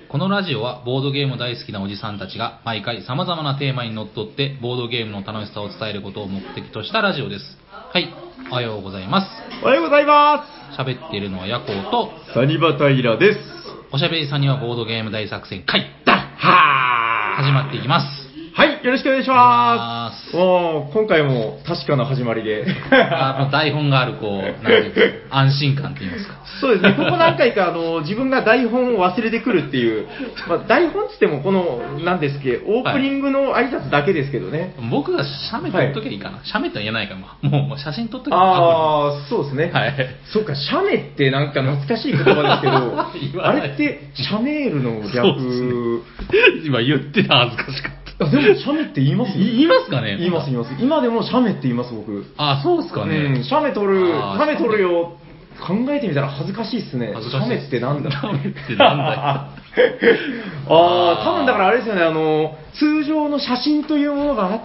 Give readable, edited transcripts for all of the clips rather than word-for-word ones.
このラジオはボードゲーム大好きなおじさんたちが毎回様々なテーマにのっとってボードゲームの楽しさを伝えることを目的としたラジオです。はい、おはようございます。 おはようございま喋っているのはヤコウとサニバタイラです。 おしゃべりさんにはボードゲーム大作戦会だは始まっていきます。 はい、よろしくお願いします。今回も確かな始まりで台本があるなんていうか安心感と言いますか。 そうですね、ここ何回か自分が台本を忘れてくるっていう、台本っつってもこの何ですっけ、オープニングの挨拶だけですけどね、 はい、僕が写メ撮っとけばいいかな、写メとは言えないかな、もう写真撮っとけばいいああ、そうですね、 はい、 そうか、写メってなんか懐かしい言葉ですけどあれってシャメールの逆、 ね、今言ってた恥ずかしかった。 でもシャメって言います言いますかね。 言います。今でもシャメって言います僕。 あ、そうですかね。 シャメ取るよ。考えてみたら恥ずかしいっすね。シャメってなんだ。 シャメってなんだ。 多分だからあれですよね。通常の写真というものがあって、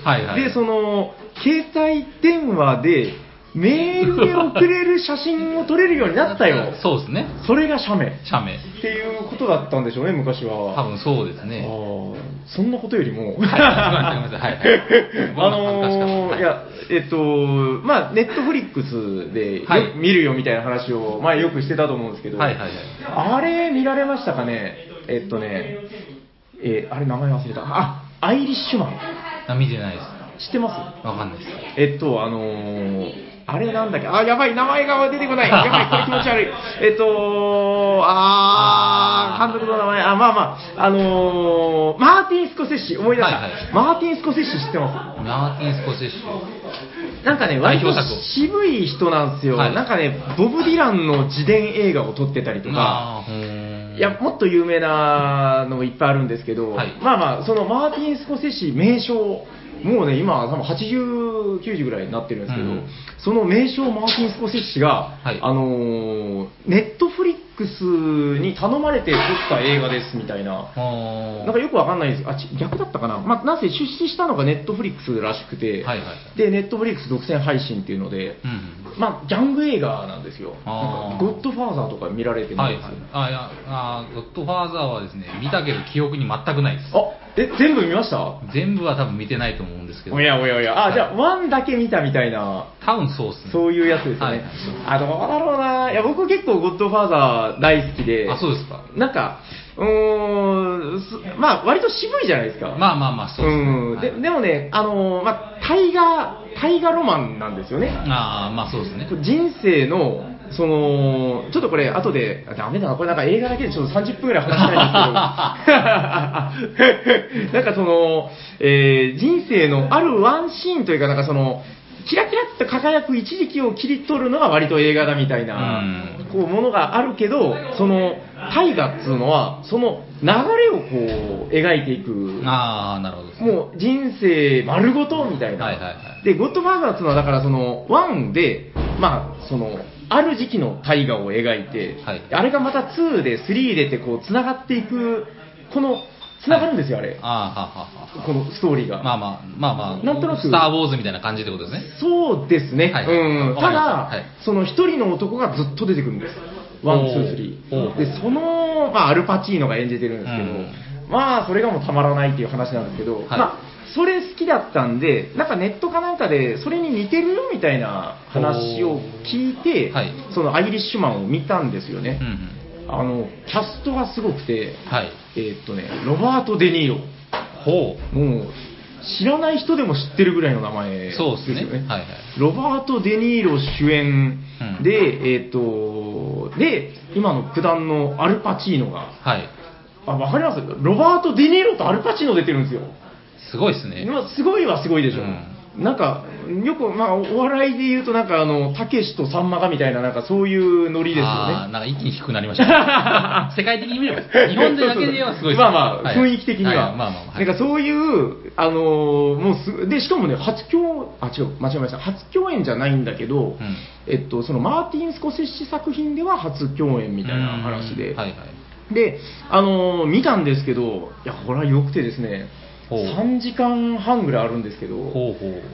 はいはい、 で携帯電話でメールで送れる写真を撮れるようになったよ。 そうですね。 それが写メ。 写メ。 っていうことだったんでしょうね、昔は。 多分そうですね。 そんなことよりも。 はい、ごめんなさい。 いや、ネットフリックスで見るよみたいな話を前よくしてたと思うんですけど、 はいはいはい、 あれ見られましたかね。あれ名前忘れた。アイリッシュマン。 見てないです。 知ってます？ わかんないです。 あれなんだっけ、やばい、名前が出てこない。やばい、これ気持ち悪い。監督の名前、マーティン・スコセッシ、思い出した。はいはい、マーティン・スコセッシ知ってます？ マーティン・スコセッシ。 なんかね、割と渋い人なんですよ。はい、なんかね、ボブ・ディランの自伝映画を撮ってたりとか、いや、もっと有名なのもいっぱいあるんですけど、はい、そのマーティン・スコセッシ名称、もうね、今、多分80、90ぐらいになってるんですけど、その名称マーティン・スコセッシが、はい、ネットフリックスに頼まれて撮った映画ですみたいな、なんかよくわかんないです。逆だったかな。なぜ出資したのがネットフリックスらしくて、はいはい、で、ネットフリックス独占配信っていうので、ギャング映画なんですよ。なんかゴッドファーザーとか見られてないですよ。 ゴッドファーザーはですね、見たけど記憶に全くないです。 全部見ました？ 全部は多分見てないと思うんですけど。 おや。じゃあ、ワンだけ見たみたいな。 多分そうっすね。 そういうやつですね。はい、どうだろうな。いや、僕結構ゴッドファーザー大好きで。 そうですか。 なんか、割と渋いじゃないですか。 そうですね。 でもね、大河ロマンなんですよね。 そうですね。 人生の、ちょっとこれ、後で、ダメだな、これなんか映画だけでちょっと30分ぐらい話したいんですけど、なんか人生のあるワンシーンというか、なんかキラキラっと輝く一時期を切り取るのが割と映画だみたいな、ものがあるけど、大河っていうのは、その流れを描いていく。 なるほどですね。 もう人生丸ごとみたいな。で、ゴッドファーザーっていうのは、だから1で、ある時期の大河を描いて、はい、あれがまた2で3でって繋がっていく、繋がるんですよ、あれ。このストーリーが。 なんとなく。スター・ウォーズみたいな感じってことですね。 そうですね。ただ、一人の男がずっと出てくるんです。1、2、3。で、アルパチーノが演じてるんですけど、それがもうたまらないっていう話なんですけど、それ好きだったんで、なんかネットかなんかでそれに似てるよみたいな話を聞いて、そのアイリッシュマンを見たんですよね。キャストがすごくて、ロバート・デ・ニーロ。もう知らない人でも知ってるぐらいの名前ですよね。そうですね。ロバート・デ・ニーロ主演で、で、今の九段のアルパチーノが、わかります？ロバート・デ・ニーロとアルパチーノ出てるんですよ。 すごいですね。 すごいはすごいでしょ。なんか、よく、お笑いで言うと、なんか、たけしとさんまがみたいな、なんかそういうノリですよね。 なんか一気に低くなりました、世界的に見れば。日本でだけで言えばすごいですね。 雰囲気的には。なんかそういう、で、しかもね、間違えました。初共演じゃないんだけど、そのマーティン・スコセッシ作品では初共演みたいな話で。で、見たんですけど、いや、これは良くてですね、3時間半ぐらいあるんですけど、ゴ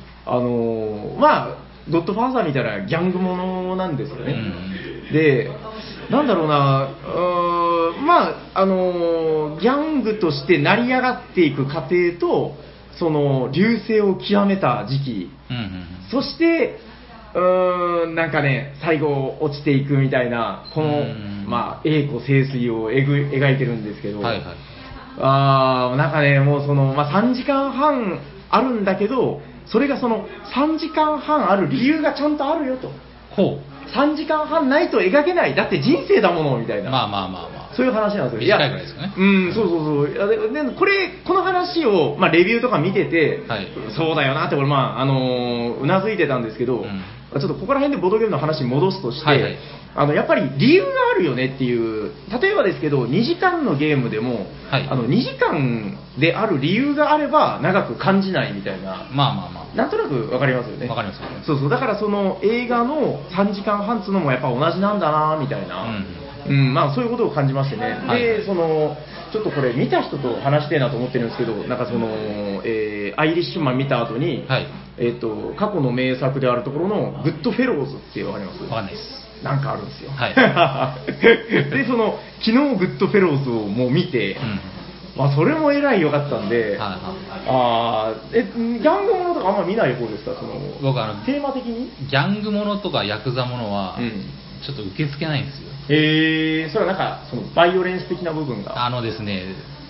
ッドファーザーみたいなギャングものなんですよね。で、なんだろうな、 まあ、ギャングとして成り上がっていく過程と、その、隆盛を極めた時期、そして、なんかね、最後落ちていくみたいな、この、まあ、栄枯盛衰を描いてるんですけど、はいはい、なんかね、もうその、まあ、3時間半あるんだけど、それがその3時間半ある理由がちゃんとあるよと。 ほう。 3時間半ないと描けない。だって人生だもの、みたいな。 まあまあまあまあ。 そういう話なんですよ。 短いぐらいですかね。 そうそうそう。でこの話を、まあ、レビューとか見てて、はい、そうだよなって、俺、まあ、うなずいてたんですけど、ちょっとここら辺でボードゲームの話に戻すとして、はいはい、やっぱり理由があるよねっていう、例えばですけど、2時間のゲームでも、はい、2時間である理由があれば長く感じないみたいな、 まあまあまあ、 なんとなく分かりますよね。 分かります、ね、 そうそう、だからその映画の3時間半っつうのもやっぱ同じなんだなみたいな、まあそういうことを感じましてね。 はい、 で、そのちょっとこれ見た人と話してえなと思ってるんですけど、なんかその、アイリッシュマン見た後に、はい、過去の名作であるところのグッドフェローズって分かります？ 分かんないです。 なんかあるんですよ。 はい、 で、その昨日グッドフェローズをもう見て、まあそれもえらい良かったんで、ギャングものとかあんま見ない方ですか？その僕テーマ的にギャングものとかヤクザものは、ちょっと受け付けないんですよ。 それはなんかそのバイオレンス的な部分がですね、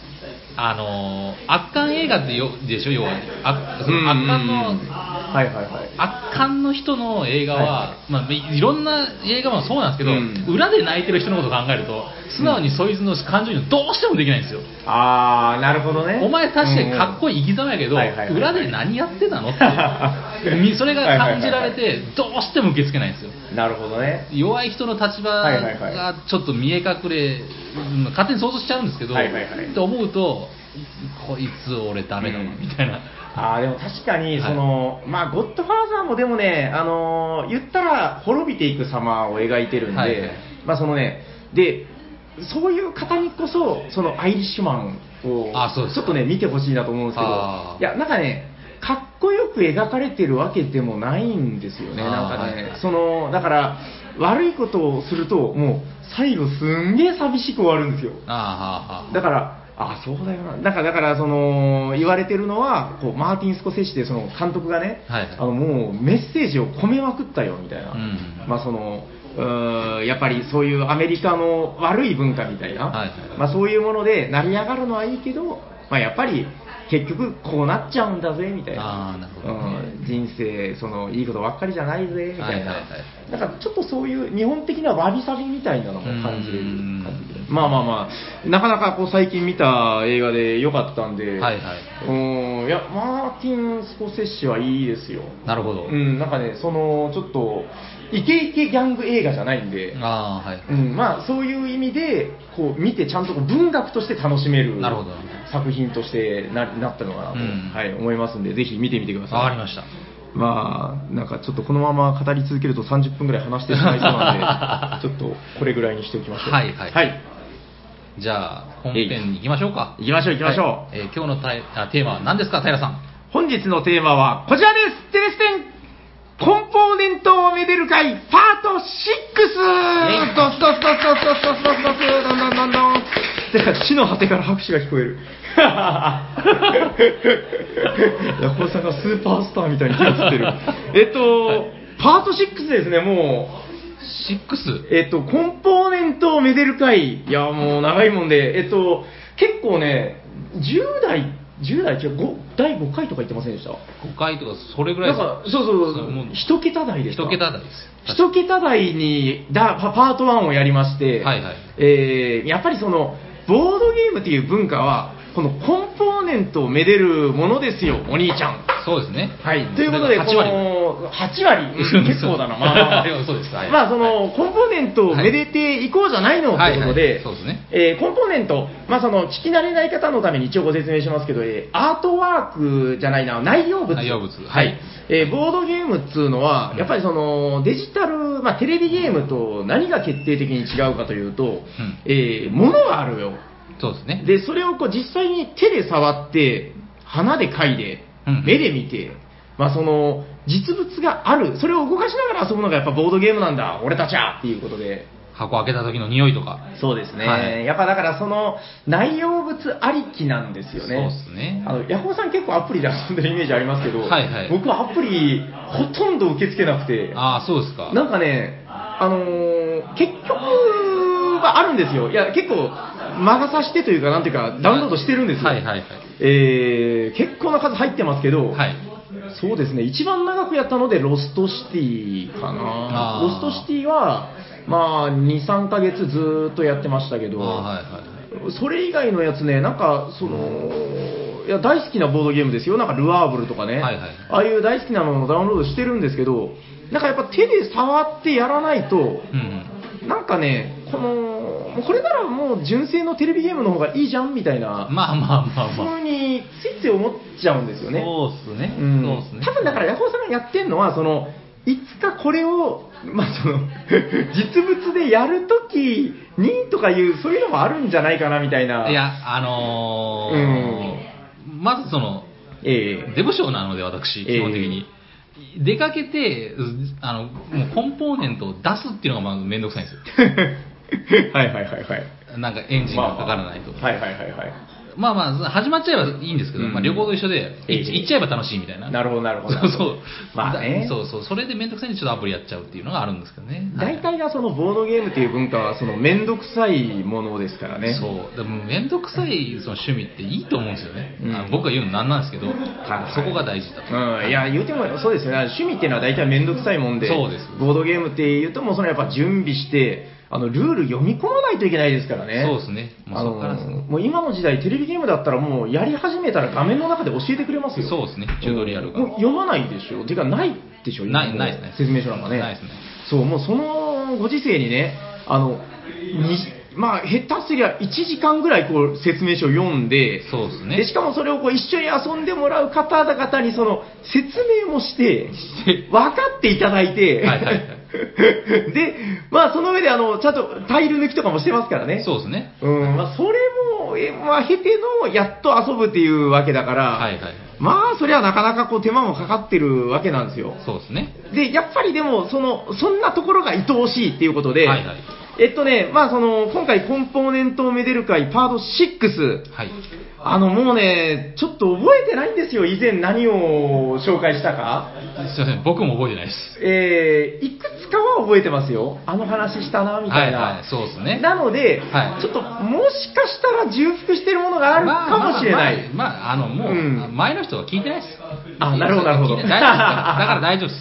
圧巻映画ってでしょ、要はその圧巻の、 はいはいはい、 圧巻の人の映画は、はい、まあ、いろんな映画もそうなんですけど、裏で泣いてる人のことを考えると素直にそいつの感情にどうしてもできないんですよ。 ああ、なるほどね。 お前確かにかっこいい生き様やけど、裏で何やってたのってそれが感じられてどうしても受け付けないんですよ。 なるほどね。 弱い人の立場がちょっと見え隠れ、勝手に想像しちゃうんですけど、って思うとこいつ俺ダメだわみたいな。 でも確かにその、まあ、ゴッドファーザーもでもね、言ったら滅びていく様を描いてるんで、まあそのね、でそういう方にこそそのアイリッシュマンをちょっとね見てほしいなと思うんですけど、いやなんかね、かっこよく描かれてるわけでもないんですよね。なんかね、そのだから悪いことをするともう最後すんげえ寂しく終わるんですよ。だからそうだよな。だからその言われてるのはこうマーティン・スコセッシでその監督がね、もうメッセージを込めまくったよみたいな、まあそのやっぱりそういうアメリカの悪い文化みたいな、まあそういうもので成り上がるのはいいけど、まあやっぱり結局こうなっちゃうんだぜみたいな、人生そのいいことばっかりじゃないぜみたいな、なんかちょっとそういう日本的なわびさびみたいなのも感じれる感じで、まあまあまあなかなかこう最近見た映画で良かったんで、いやマーティン・スコセッシはいいですよ。 なるほど。 なんかね、そのちょっとイケイケギャング映画じゃないんで、まあそういう意味でこう見てちゃんとこう文学として楽しめる作品としてなったのかなと、思いますんで、ぜひ見てみてください。 わかりました。 まあなんかちょっとこのまま語り続けると30分ぐらい話してしまいそうなんでちょっとこれぐらいにしておきましょう。 じゃあ本編に行きましょうか。 行きましょう。今日のテーマは何ですか、平さん。 本日のテーマはこちらです。テレステンコンポーネントをめでる会パート6。ドスドスドスドスドスドスドスドスどんどんどんどん。て地の果てから拍手が聞こえる。ヤコウさんがスーパースターみたいに手を振ってる。パート6ですね、もう。 6？ コンポーネントをめでる会。いや、もう長いもんで、結構ね、10代違う、第5回とか言ってませんでした？ 5 回とかそれぐらいですか？ そう1桁台ですか？ 1桁台です。 1桁台にパート1をやりまして、やっぱりそのボードゲームっていう文化はこのコンポーネントをめでるものですよ、お兄ちゃん。 そうですね。 ということで、この8割、結構だな、 そうです。 まあ、その、コンポーネントをめでていこうじゃないのということで、コンポーネント、まあ、その、聞き慣れない方のために一応ご説明しますけど、アートワークじゃないな、内容物。ボードゲームっていうのは、やっぱりその、デジタル、まあ、テレビゲームと何が決定的に違うかというと、物があるよ。 そうですね。 で、それをこう実際に手で触って、鼻で嗅いで、目で見て、まあその実物がある、それを動かしながら遊ぶのがやっぱボードゲームなんだ、俺たちはっていうことで、 箱開けた時の匂いとか。 そうですね。 はい、 やっぱだからその内容物ありきなんですよね。 そうですね。 ヤコウさん結構アプリで遊んでるイメージありますけど、 はいはい、 僕はアプリほとんど受け付けなくて。 ああ、そうですか。 なんかね、結局はあるんですよ。いや、結構魔が差してというか、なんていうか、ダウンロードしてるんですよ。 はいはいはい。 結構な数入ってますけど、 はい、 そうですね、一番長くやったのでロストシティかな。ロストシティは、まあ、2、3ヶ月ずーっとやってましたけど、 はいはい、 それ以外のやつね、なんか、いや大好きなボードゲームですよ、なんかルアーブルとかね、 はいはい、 ああいう大好きなのをダウンロードしてるんですけど、なんかやっぱ手で触ってやらないと、なんかね、これならもう純正のテレビゲームの方がいいじゃんみたいな、 まあまあまあまあ、 そういう風についつい思っちゃうんですよね。 そうっすね。 そうっすね。多分だからヤホーさんがやってるのは、いつかこれを、まあ実物でやるときにとかいう、そういうのもあるんじゃないかなみたいな。 いや、まずデブ賞なので私、基本的に。出かけて、もうコンポーネントを出すっていうのがまずめんどくさいんですよ。 はいはいはいはい。 なんかエンジンがかからないと。 はいはいはいはい。 まあまあ、始まっちゃえばいいんですけど、まあ旅行と一緒で、行っちゃえば楽しいみたいな。 なるほどなるほど。 そうそう。 まあね。 そうそう。それでめんどくさいんでちょっとアプリやっちゃうっていうのがあるんですけどね。 大体がボードゲームっていう文化はめんどくさいものですからね。 そう。でもめんどくさい趣味っていいと思うんですよね。僕が言うのなんなんですけど、そこが大事だと。 いや、言うてもそうですよね。趣味っていうのは大体めんどくさいもんで、 そうです。 ボードゲームっていうともうやっぱ準備して、ルール読み込まないといけないですからね。 そうですね。 もう今の時代テレビゲームだったらもうやり始めたら画面の中で教えてくれますよ。 そうですね。チュートリアルが。 もう読まないでしょ。てかないでしょ。 ないですね。 説明書なんかね。 ないですね。 そう、もうそのご時世にね、まあ下手すりゃ1時間ぐらい説明書を読んで、 そうですね。 でしかもそれを一緒に遊んでもらう方々に説明もして分かっていただいて、はいはいはい、で、まあその上でちゃんとタイル抜きとかもしてますからね。 そうですね。 まあそれもまあ経てのやっと遊ぶっていうわけだから、はいはい、まあそれはなかなか手間もかかってるわけなんですよ。 そうですね。 でやっぱりでもそんなところが愛おしいっていうことで。はいはい、まあ今回コンポーネントメデル会パート6、はい、もうね、ちょっと覚えてないんですよ、以前何を紹介したか。 すいません、僕も覚えてないです。 いくつかは覚えてますよ。話したな、みたいな。 はいはい、そうですね。 なので、はい、ちょっともしかしたら重複してるものがあるかもしれない。 まあ、もう、前の人は聞いてないです。 あ、なるほど、なるほど。 だから大丈夫です。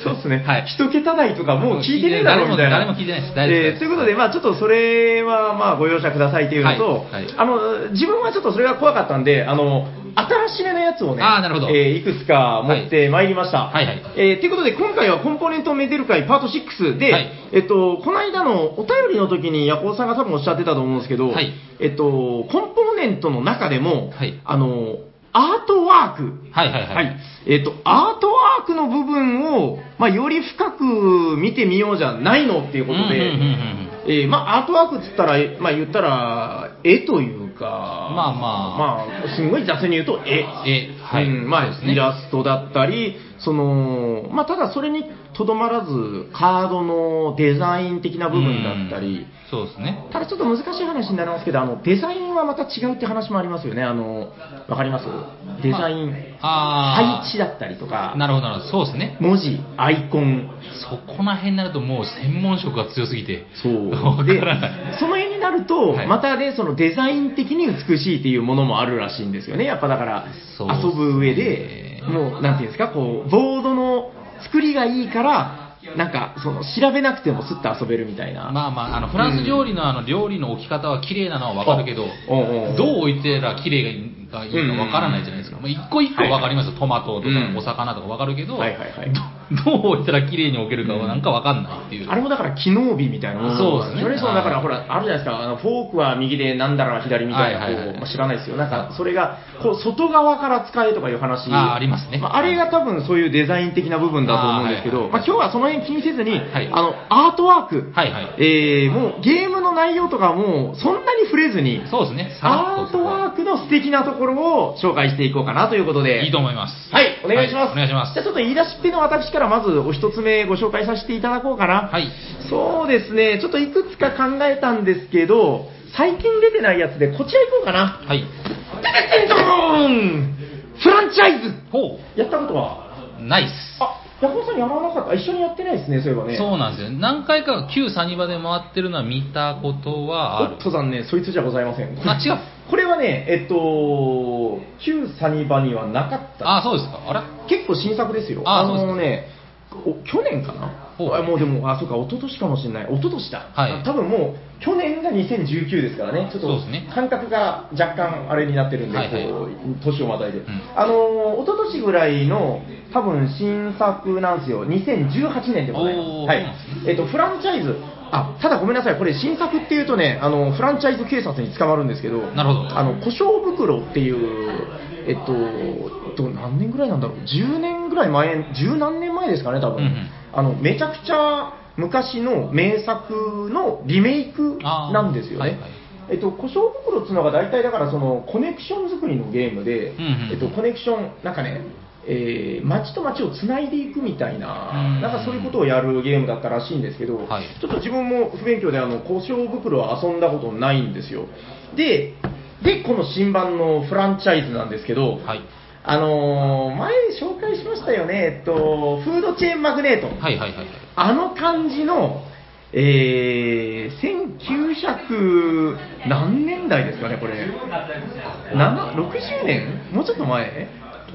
そうですね。はい。一桁台とかもう聞いてねえだろうみたいな。 誰も聞いてないです。大丈夫です。 ということで、まあちょっとそれはまあご容赦くださいというのと、はいはい、自分はちょっとそれが怖かったんで、新しめのやつをね、 なるほど、 いくつか持ってまいりました。 はいはいはい、 ということで、今回はコンポーネントメデル会パート6で、はい、この間のお便りの時にヤコウさんが多分おっしゃってたと思うんですけど、はい、コンポーネントの中でも、はい、アートワーク、はいはいはいはい、アートワークの部分を、まあ、より深く見てみようじゃないのっていうことで、まあ、アートワークって言ったら、まあ、言ったら、絵というか、まあ、すんごい雑に言うと絵。はい。まあ、イラストだったり、まあ、ただそれにとどまらず、カードのデザイン的な部分だったり、 そうですね。 ただちょっと難しい話になりますけど、デザインはまた違うって話もありますよね。わかります？デザイン、配置だったりとか。 なるほど、なるほど。そうですね。 文字、アイコン。 そこら辺になるともう専門職が強すぎて。 そう。で、その辺になると、はい、またね、デザイン的に美しいっていうものもあるらしいんですよね。やっぱだから、遊ぶ上で、もう、なんていうんですか、ボードの作りがいいから、なんか調べなくてもスッと遊べるみたいな。 まあまあ、フランス料理の料理の置き方は綺麗なのはわかるけど、どう置いてら綺麗がいいかわからないじゃないですか。一個一個わかりますよ。トマトとかお魚とかわかるけど、どう置いたら綺麗に置けるかはなんかわかんないっていう。 あれもだから機能美みたいなもの。 そうですね。 だからほら、あるじゃないですか、フォークは右でなんだらは左みたいな、知らないですよ。なんかそれが外側から使えとかいう話。 ありますね。 あれが多分そういうデザイン的な部分だと思うんですけど、今日はその辺気にせずに、アートワーク、もうゲームの内容とかもそんなに触れずに、 そうですね。 アートワークの素敵なところを紹介していこうかなということで。 いいと思います。 はい、お願いします。 お願いします。 じゃあちょっと言い出しっぺの私かららまずお一つ目ご紹介させていただこうかな。 はい。 そうですね、ちょっといくつか考えたんですけど、最近出てないやつでこちら行こうかな。 はい。 フランチャイズ。 ほう。 やったことはないっす。 ヤコウさんやらなかった。一緒にやってないですね、そういえばね。 そうなんですよ。何回か旧サニバで回ってるのは見たことはある。 おっと残念、そいつじゃございません。 違う。 これはね、旧サニバにはなかった。 そうですか。あれ結構新作ですよ。去年かなもうでも、そうか、一昨年かもしれない。一昨年だ。 はい。 多分もう、去年が2019ですからね。ちょっと、感覚が若干あれになってるんで、年をまたいで。一昨年ぐらいの、多分新作なんですよ。2018年でございます。はい。フランチャイズ。ただごめんなさい、これ新作っていうとね、フランチャイズ警察に捕まるんですけど、 なるほど。 故障袋っていう、何年ぐらいなんだろう、10年ぐらい前、10何年前ですかね、多分。めちゃくちゃ昔の名作のリメイクなんですよね。故障袋っていうのが大体だからそのコネクション作りのゲームで、コネクション、なんかね、街と街をつないでいくみたいな、なんかそういうことをやるゲームだったらしいんですけど、ちょっと自分も不勉強で故障袋は遊んだことないんですよ。で、この新版のフランチャイズなんですけど、前紹介しましたよね、フードチェーンマグネート。あの感じの、1900何年代ですかね、これ。60年もうちょっと前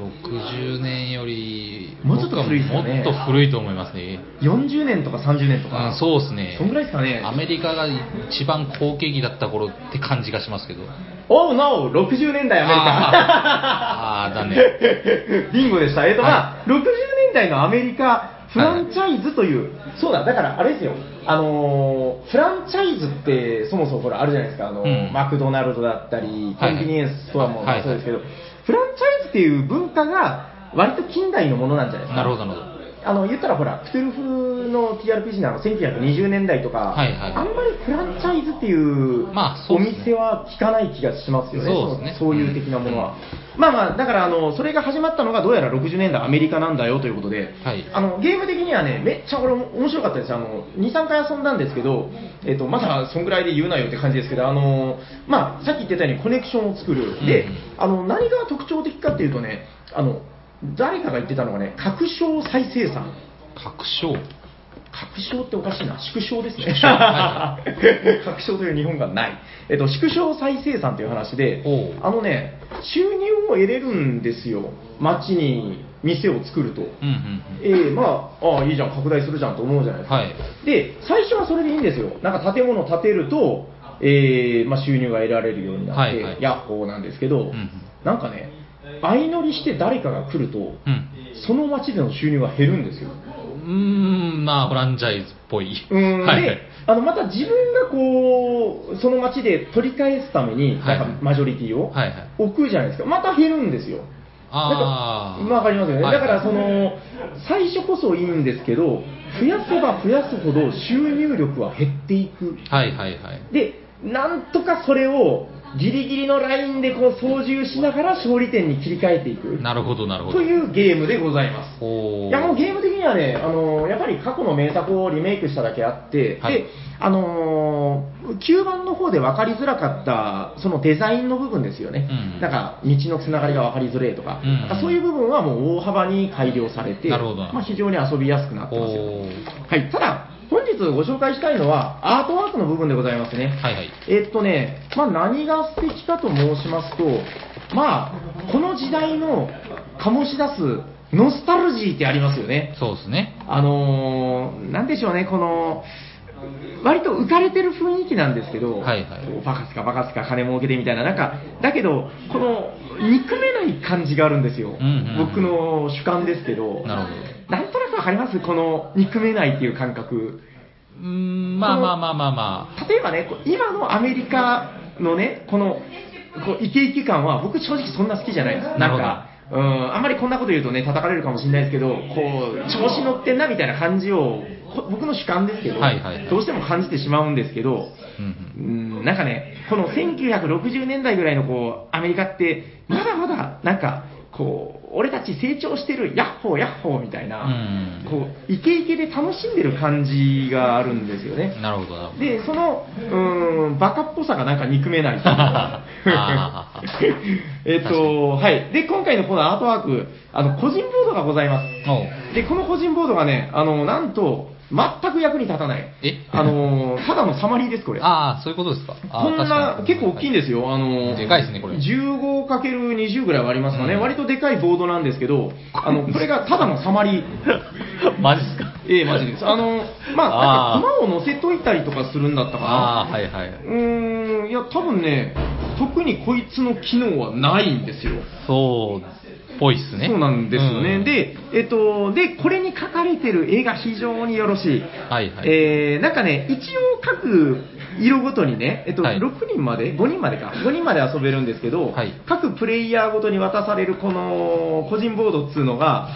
60年よりもうちょっと古いですよね。 もっと古いと思いますね。 40年とか30年とか。 そうですね。 そんぐらいですかね。 アメリカが一番好景気だった頃って感じがしますけど。 おうなお、60年代アメリカ。 残念。 ビンゴでした。60年代のアメリカ、フランチャイズという、そうだ、だからあれですよ、フランチャイズってそもそもほらあるじゃないですか、マクドナルドだったり、コンビニエンスストアもそうですけど、フランチャイズっていう文化が割と近代のものなんじゃないですか。 なるほど、なるほど。言ったらほら、クトゥルフの TRPG の1920年代とか、あんまりフランチャイズっていうお店は聞かない気がしますよね、そういう的なものは。だからそれが始まったのがどうやら60年代アメリカなんだよということで、ゲーム的にはね、めっちゃ俺面白かったです。2、3回遊んだんですけど、まだそんぐらいで言うなよって感じですけど、さっき言ってたようにコネクションを作る。で、何が特徴的かっていうとね、誰かが言ってたのがね、拡張再生産。 拡張っておかしいな。縮小ですね。拡張という日本がない。縮小再生産という話で、収入を得れるんですよ。街に店を作ると。いいじゃん、拡大するじゃんと思うじゃないですか。で、最初はそれでいいんですよ。なんか建物を建てると、収入が得られるようになって、ヤッホーなんですけど、なんかね、相乗りして誰かが来ると、その街での収入が減るんですよ。 フランチャイズっぽい。 で、また自分がこう、その街で取り返すために、なんかマジョリティを置くじゃないですか。また減るんですよ。わかりますよね。だから最初こそいいんですけど、増やせば増やすほど収入力は減っていく。で、なんとかそれをギリギリのラインでこう操縦しながら勝利点に切り替えていく。 なるほど、なるほど。 というゲームでございます。いやもうゲーム的にはね、やっぱり過去の名作をリメイクしただけあって、で、9番の方で分かりづらかったそのデザインの部分ですよね。なんか道のつながりが分かりづれとか、なんかそういう部分はもう大幅に改良されて、非常に遊びやすくなってますよ。はい。ただ本日ご紹介したいのはアートワークの部分でございますね。何が素敵かと申しますと、この時代の醸し出すノスタルジーってありますよね。 そうですね。 なんでしょうね、この割と浮かれてる雰囲気なんですけど、バカすか金儲けでみたいな、なんかだけどこの憎めない感じがあるんですよ。僕の主観ですけど。 なるほど。 なんとなくわかります？この憎めないっていう感覚。例えばね、今のアメリカのね、このイケイケ感は僕正直そんな好きじゃないです。なんかあんまりこんなこと言うとね叩かれるかもしれないですけど、調子乗ってんなみたいな感じを僕の主観ですけど、どうしても感じてしまうんですけど、なんかね、この1960年代ぐらいのアメリカってまだまだなんか俺たち成長してる、ヤッホーヤッホーみたいな、こう、イケイケで楽しんでる感じがあるんですよね。 なるほど。 で、その、バカっぽさがなんか憎めない。はい。で、今回のこのアートワーク、個人ボードがございます。で、この個人ボードがね、なんと、全く役に立たない。ただのサマリーです、これ。 そういうことですか。 こんな、結構大きいんですよ。 でかいですね、これ。 15×20 ぐらいはありますかね。割とでかいボードなんですけど、これがただのサマリー。 マジですか？ マジです。だって駒を乗せといたりとかするんだったかな。 はいはい。 いや、多分ね、特にこいつの機能はないんですよ。 そうぽいっすね。 そうなんですよね。で、これに描かれてる絵が非常によろしい。 はいはい。 なんかね、一応各色ごとにね、6人まで、5人までか、5人まで遊べるんですけど、各プレイヤーごとに渡されるこの個人ボードっていうのが、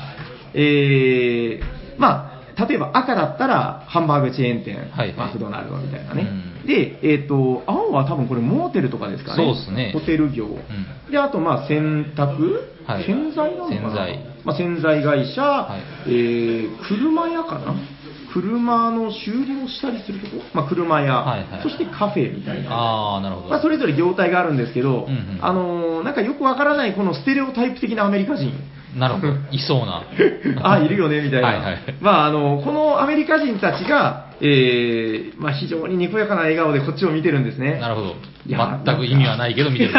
例えば赤だったらハンバーグチェーン店、マクドナルドみたいなね。で、青は多分これモーテルとかですかね。 そうですね。 ホテル業。で、あと洗濯、洗剤なのかな、洗剤会社、車屋かな、車の修理をしたりするところ、車屋、そしてカフェみたいな。 なるほど。 それぞれ業態があるんですけど、なんかよくわからないこのステレオタイプ的なアメリカ人。 なるほど。いそうな。 いるよね、みたいな。このアメリカ人たちが、非常ににこやかな笑顔でこっちを見てるんですね。 なるほど。全く意味はないけど見てる。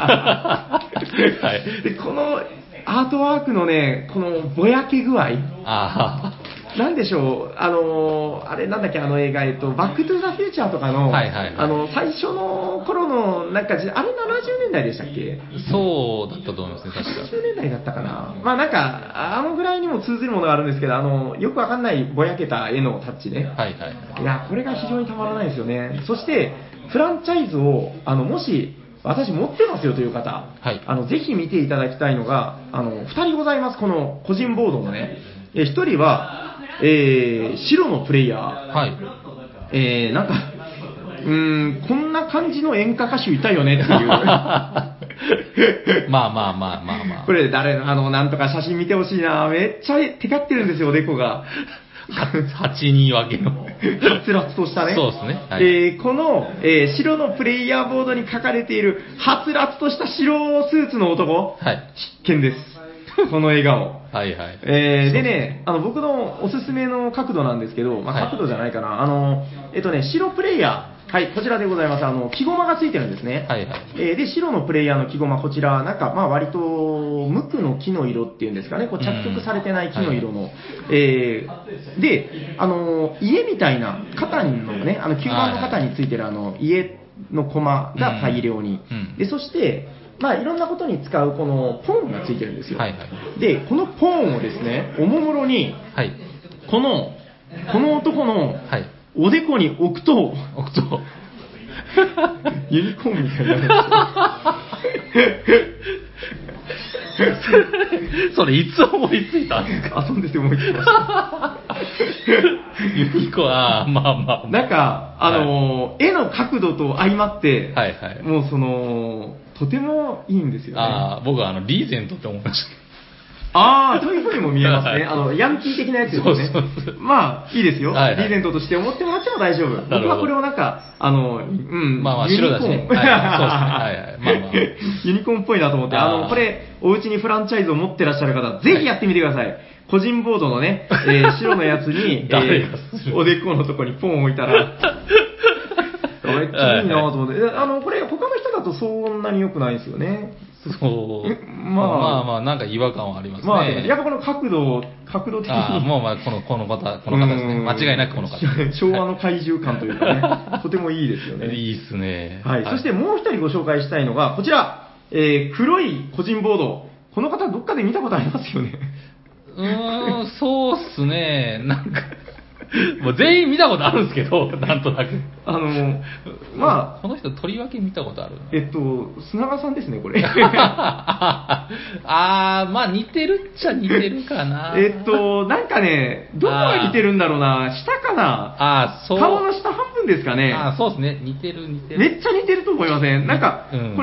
で、このアートワークのね、このぼやけ具合。なんでしょう、あれなんだっけ、映画、バックトゥーザフューチャーとかの、最初の頃の、なんか、あれ70年代でしたっけ？ そうだったと思いますね、確か。 80年代だったかな。なんか、ぐらいにも通ずるものがあるんですけど、よくわかんないぼやけた絵のタッチね。いや、これが非常にたまらないですよね。そして、フランチャイズを、もし、私持ってますよという方、ぜひ見ていただきたいのが、2人ございます、この個人ボードのね。1人は、白のプレイヤー、なんか、こんな感じの演歌歌手いたよねっていう。これ誰の、なんとか写真見てほしいな。めっちゃテカってるんですよ、おでこが。 8人分けの。 はつらつとしたね。 そうですね。 この、白のプレイヤーボードに書かれている、はつらつとした白スーツの男、必見です。この笑顔。でね、僕のおすすめの角度なんですけど、角度じゃないかな。白プレイヤー。こちらでございます。木駒がついてるんですね。で、白のプレイヤーの木駒、こちら、なんか、割と、無垢の木の色っていうんですかね、こう着色されてない木の色の。で、家みたいな、肩のね、吸盤の肩についてる家の駒が大量に。で、そして、いろんなことに使うこのポーンがついてるんですよ。で、このポーンをですね、おもむろに、この男のおでこに置くと、ユニコーンみたいになるんですよ。それいつ思いついたんですか？ そうですよ、思いつきました。 ユニコーン、 なんか、絵の角度と相まって、もうとてもいいんですよね。 僕はリーゼントって思いました。 そういう風にも見えますね。ヤンキー的なやつですよね。いいですよ。リーゼントとして思ってもらっても大丈夫。僕はこれをなんか、 白だしね。 ユニコーンっぽいなと思って、これ、お家にフランチャイズを持ってらっしゃる方、ぜひやってみてください。個人ボードのね、白のやつに、おでこのとこにポン置いたら、めっちゃいいなと思って。これ、他の人だとそんなに良くないですよね。 そう。なんか違和感はありますね。 やっぱこの角度的に。 この方ですね。間違いなくこの方。 昭和の怪獣感というかね、とてもいいですよね。 いいですね。 そしてもう一人ご紹介したいのが、こちら、黒い個人ボード。この方どっかで見たことありますよね。 そうっすね。なんか、もう全員見たことあるんですけど、なんとなく。この人、とりわけ見たことある。 砂川さんですね、これ。 似てるっちゃ似てるかな。 なんかね、どこが似てるんだろうな、下かな。顔の下半分ですかね。 そうですね、似てる。 めっちゃ似てると思いません？なんか、これ、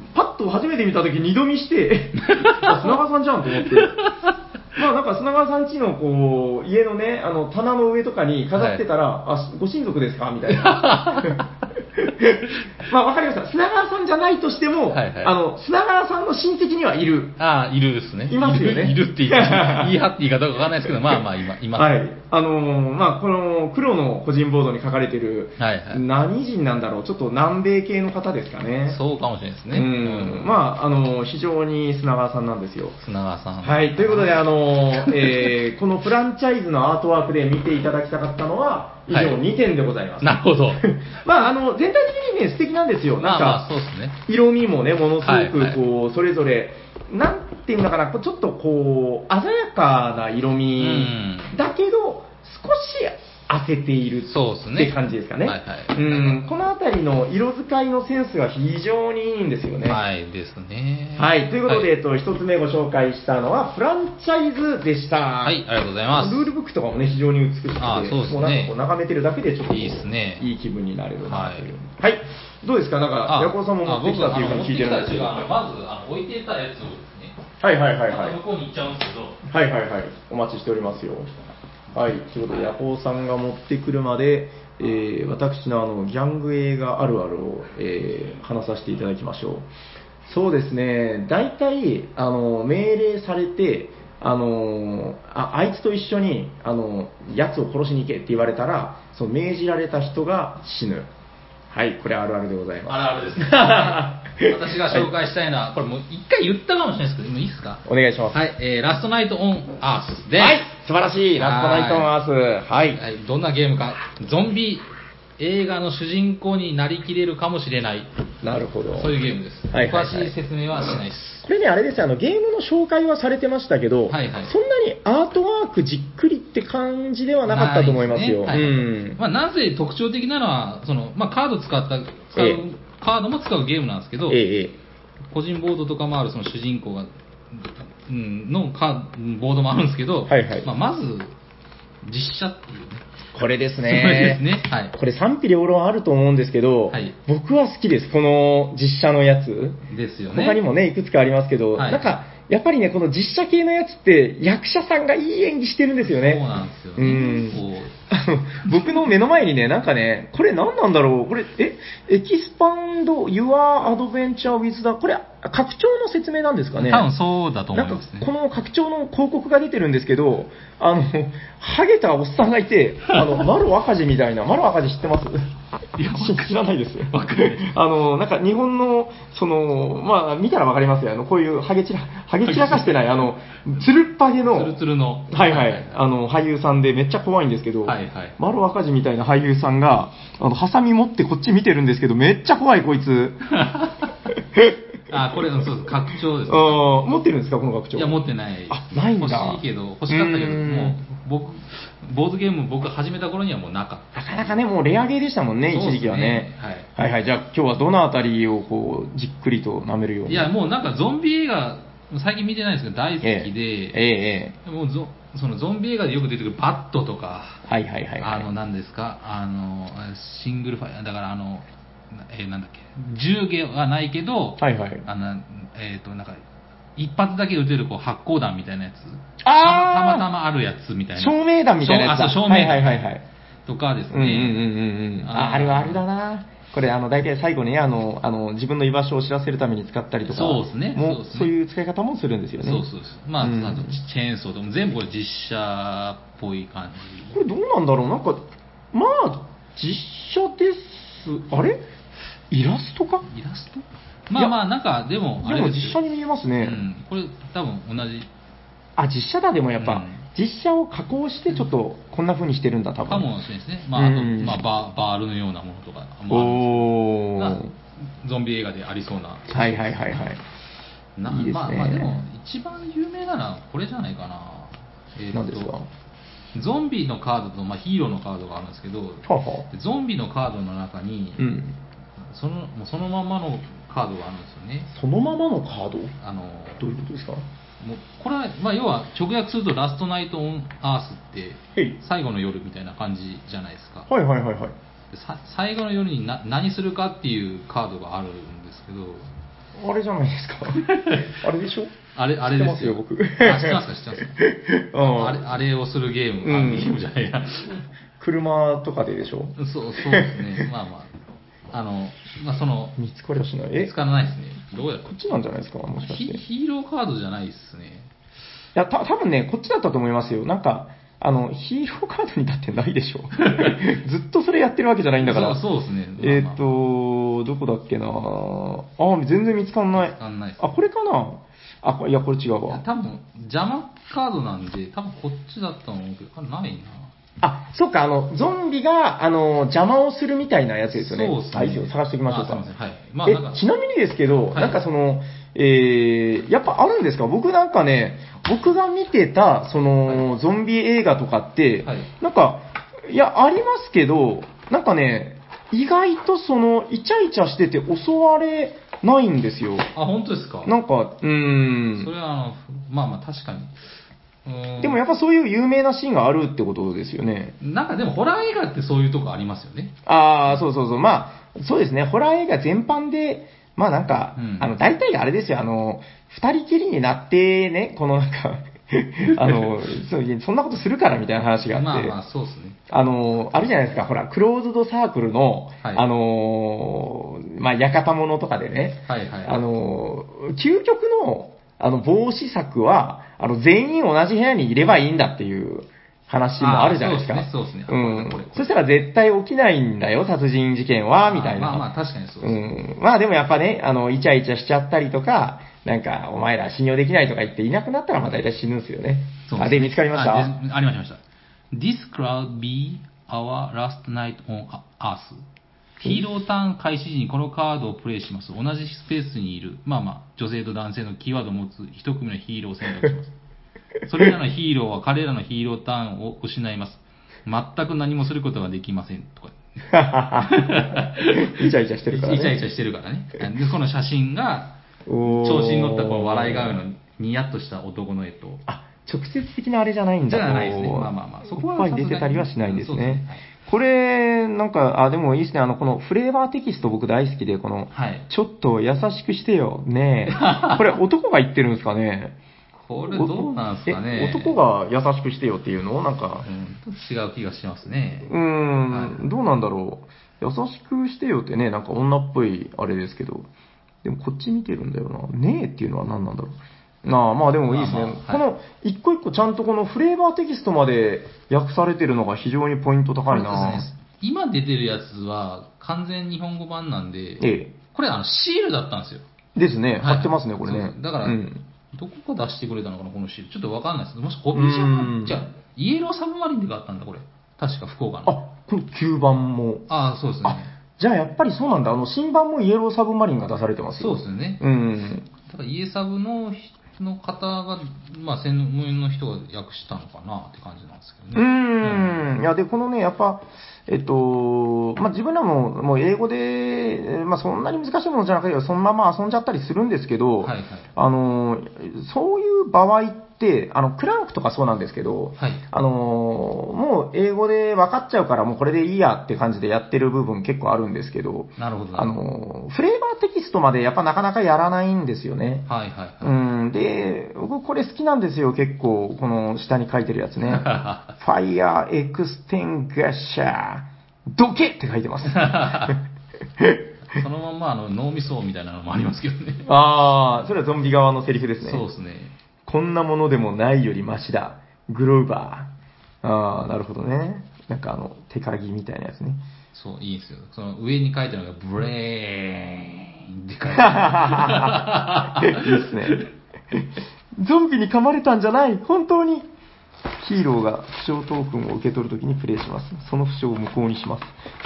パッと初めて見たとき二度見して、砂川さんじゃんと思って。まあなんか砂川さん家のこう、家のね、棚の上とかに飾ってたら、はい、ご親族ですかみたいな。まあわかりました。砂川さんじゃないとしても、はいはい、砂川さんの親戚にはいる。 いるですね。 いますよね。 いるって言い張っていいかどうかわかんないですけど、まあまあいます。 はい。まあこの黒の個人ボードに書かれてる、はいはい、何人なんだろう、ちょっと南米系の方ですかね。 そうかもしれないですね。 まあ、非常に砂川さんなんですよ。 砂川さん。 はい。ということで、このフランチャイズのアートワークで見ていただきたかったのは、以上2点でございます。 なるほど。 まあ、全体的にね、素敵なんですよ。なんか、 そうですね。 色味もね、ものすごく、こう、それぞれ、なんていうのかな、ちょっとこう、鮮やかな色味だけど、少し焦っているって感じですかね。このあたりの色使いのセンスが非常にいいんですよね。 はいですね。 はい。ということで、一つ目ご紹介したのは、フランチャイズでした。 はい、ありがとうございます。 ルールブックとかもね、非常に美しくて、 そうですね、 もうなんかこう眺めてるだけでちょっといいですね。 いい気分になれるなという。はい。どうですか、なんか、ヤコウさんも持ってきたっていうふうに聞いてるんですけど。 まず、置いてたやつをね、 はい。 向こうに行っちゃうんですけど。 はい。お待ちしておりますよ。はい、ということで、ヤコウさんが持ってくるまで、私のギャング映画あるあるを、話させていただきましょう。そうですね、大体、命令されて、あいつと一緒に、奴を殺しに行けって言われたら、その命じられた人が死ぬ。はい、これあるあるでございます。 あるあるですね。私が紹介したいのは、これもう一回言ったかもしれないですけど、もういいですか？ お願いします。 はい、ラストナイトオンアースです。 はい、素晴らしい、ラストナイトオンアース。はい。 どんなゲームか、ゾンビ映画の主人公になりきれるかもしれない。 なるほど。 そういうゲームです。詳しい説明はしないです。 これね、あれですよ、ゲームの紹介はされてましたけど、そんなにアートワークじっくりって感じではなかったと思いますよ。 なぜ特徴的なのは、カード使うカードも使うゲームなんですけど、個人ボードとかもあるその主人公が、のボードもあるんですけど、まず、実写っていうね。 これですね。そうですね。はい。これ賛否両論あると思うんですけど、僕は好きです。この実写のやつ。 ですよね。 他にもね、いくつかありますけど、なんか、やっぱりね、この実写系のやつって役者さんがいい演技してるんですよね。 そうなんですよね。 僕の目の前にね、なんかね、これ何なんだろう、これ、エキスパンド Your Adventure with the、これ、拡張の説明なんですかね。 多分そうだと思いますね。 この拡張の広告が出てるんですけど、ハゲたおっさんがいて、マロ赤字みたいな、マロ赤字知ってます？いや、知らないです。なんか日本の、まあ、見たらわかりますよ。こういうハゲ散らかしてない、つるっぱげの、 つるつるの、 俳優さんでめっちゃ怖いんですけど、マロ赤字みたいな俳優さんが、ハサミ持ってこっち見てるんですけど、めっちゃ怖い、こいつ。 これ、そうです。拡張です、ね。 持ってるんですか、この拡張。 いや、持ってない。 ないんだ。 欲しかったけど、もう、ボードゲーム僕始めた頃にはもうなかった。 なかなかね、もうレアゲーでしたもんね、一時期はね。はい。じゃあ今日はどのあたりをこう、じっくりと舐めるように。 いや、もうなんかゾンビ映画、最近見てないですけど大好きで、もうそのゾンビ映画でよく出てくるバットとか、何ですか、シングルファイア、だからなんだっけ、銃はないけど、なんか、一発だけ撃てる発光弾みたいなやつ。たまたまあるやつみたいな。 照明弾みたいなやつだ。 照明弾。とかですね。 あれはあれだな。これ、大体最後にね、自分の居場所を知らせるために使ったりとか。 そうですね。 そういう使い方もするんですよね。 そう。まあ、あと、チェーンソーとも全部これ実写っぽい感じ。 これどうなんだろう、なんか、まあ、実写です。あれイラストか？ イラスト？まあなんかでもあれですよ。でも実写に見えますね。 これ多分同じ。 実写だ。でもやっぱ、実写を加工してちょっとこんな風にしてるんだ多分。 かもしれないですね。あとバールのようなものとかもあるんですけど、ゾンビ映画でありそうな。 はい。いいですね。 まあでも一番有名なのはこれじゃないかな。 何ですか？ ゾンビのカードとヒーローのカードがあるんですけど、ゾンビのカードの中に。そのままのカードがあるんですよね。 そのままのカード？どういうことですか？もうこれは、要は直訳するとラストナイトオンアースって最後の夜みたいな感じじゃないですか。 はい。 最後の夜に何するかっていうカードがあるんですけど、 あれじゃないですか。あれでしょ？ あれですよ。 僕。 知ってますかあれをするゲーム。ゲームじゃないや。 車とかででしょ？ そうですね。まあ、 見つかりはしない。 見つからないですね。どうやこっちなんじゃないですか、もしかして。 ヒーローカードじゃないですね。 いや、多分ね、こっちだったと思いますよ。なんか、ヒーローカードにだってないでしょ。ずっとそれやってるわけじゃないんだから。 そうですね。 どこだっけな全然見つかんない。 見つかんないです、 これかないや、これ違うわ。 多分、邪魔カードなんで、多分こっちだったと思うけど、ないな。 そっか、ゾンビが、邪魔をするみたいなやつですよね。 そうですね。 探しておきましょうか。 はい。 ちなみにですけど、なんかやっぱあるんですか？僕なんかね、僕が見てた、ゾンビ映画とかって、なんか、いや、ありますけど、なんかね、意外とイチャイチャしてて襲われないんですよ。 本当ですか？ なんか、 それはまあ確かに。 でもやっぱそういう有名なシーンがあるってことですよね。 なんかでもホラー映画ってそういうとこありますよね。 そう。まあ、そうですね。ホラー映画全般で、まあなんか、大体あれですよ。二人きりになってね、このなんかそんなことするからみたいな話があって。 まあそうですね。 あるじゃないですか。ほら、クローズドサークルの、まあ、館物とかでね、究極の、防止策は、全員同じ部屋にいればいいんだっていう話もあるじゃないですか。 そうですね。 そしたら絶対起きないんだよ、殺人事件は、みたいな。 まあ確かにそうですね。 まあでもやっぱね、イチャイチャしちゃったりとか、なんか、お前ら信用できないとか言っていなくなったら、まあ大体死ぬんですよね。で、見つかりました？ ありました。This could be our last night on Earth。ヒーローターン開始時にこのカードをプレイします。同じスペースにいる、女性と男性のキーワードを持つ一組のヒーローを選択します。それらのヒーローは彼らのヒーローターンを失います。全く何もすることができません。とか。 イチャイチャしてるからね。 イチャイチャしてるからね。で、この写真が、調子に乗ったこの笑い顔のニヤッとした男の絵と。 直接的なあれじゃないんだ。 じゃないですね。まあ。 そこは出てたりはしないんですね。これ、なんか、でもいいですね。このフレーバーテキスト僕大好きで、この、ちょっと優しくしてよ。ねえ。これ男が言ってるんですかね。 これどうなんですかね。 男が優しくしてよっていうのなんか。 違う気がしますね。 どうなんだろう。優しくしてよってね、なんか女っぽいあれですけど。でもこっち見てるんだよな。ねえっていうのは何なんだろう。まあでもいいですね。この一個一個ちゃんとこのフレーバーテキストまで訳されてるのが非常にポイント高いな。 今出てるやつは完全日本語版なんで、これシールだったんですよ。 ですね。貼ってますね、これね。 だから、どこが出してくれたのかな、このシール。ちょっとわかんないです。もしホビージャパン、じゃあ、イエローサブマリンでがあったんだ、これ。確か福岡の。 この9番も。 そうですね。 じゃあやっぱりそうなんだ。新版もイエローサブマリンが出されてますよ。 そうですね。だからイエサブの方が、専門の人が訳したのかなって感じなんですけどね。 いや、で、このね、やっぱ、自分らもう英語で、そんなに難しいものじゃなくて、そのまま遊んじゃったりするんですけど、そういう場合って、クランクとかそうなんですけど、もう英語で分かっちゃうから、もうこれでいいやって感じでやってる部分結構あるんですけど、 なるほど。 フレーバーテキストまでやっぱなかなかやらないんですよね。で、僕これ好きなんですよ、結構、この下に書いてるやつね。Fire Extinguisher どけって書いてます。 そのまんま脳みそみたいなのもありますけどね。 それはゾンビ側のセリフですね。 そうですね。 こんなものでもないよりマシだ。グローバー。なるほどね。なんか手鍵みたいなやつね。 そう、いいんですよ。その上に書いてあるのが、ブレーンって書いてある。 いいですね。ゾンビに噛まれたんじゃない。本当に。ヒーローが負傷トークンを受け取るときにプレイします。その負傷を無効にします。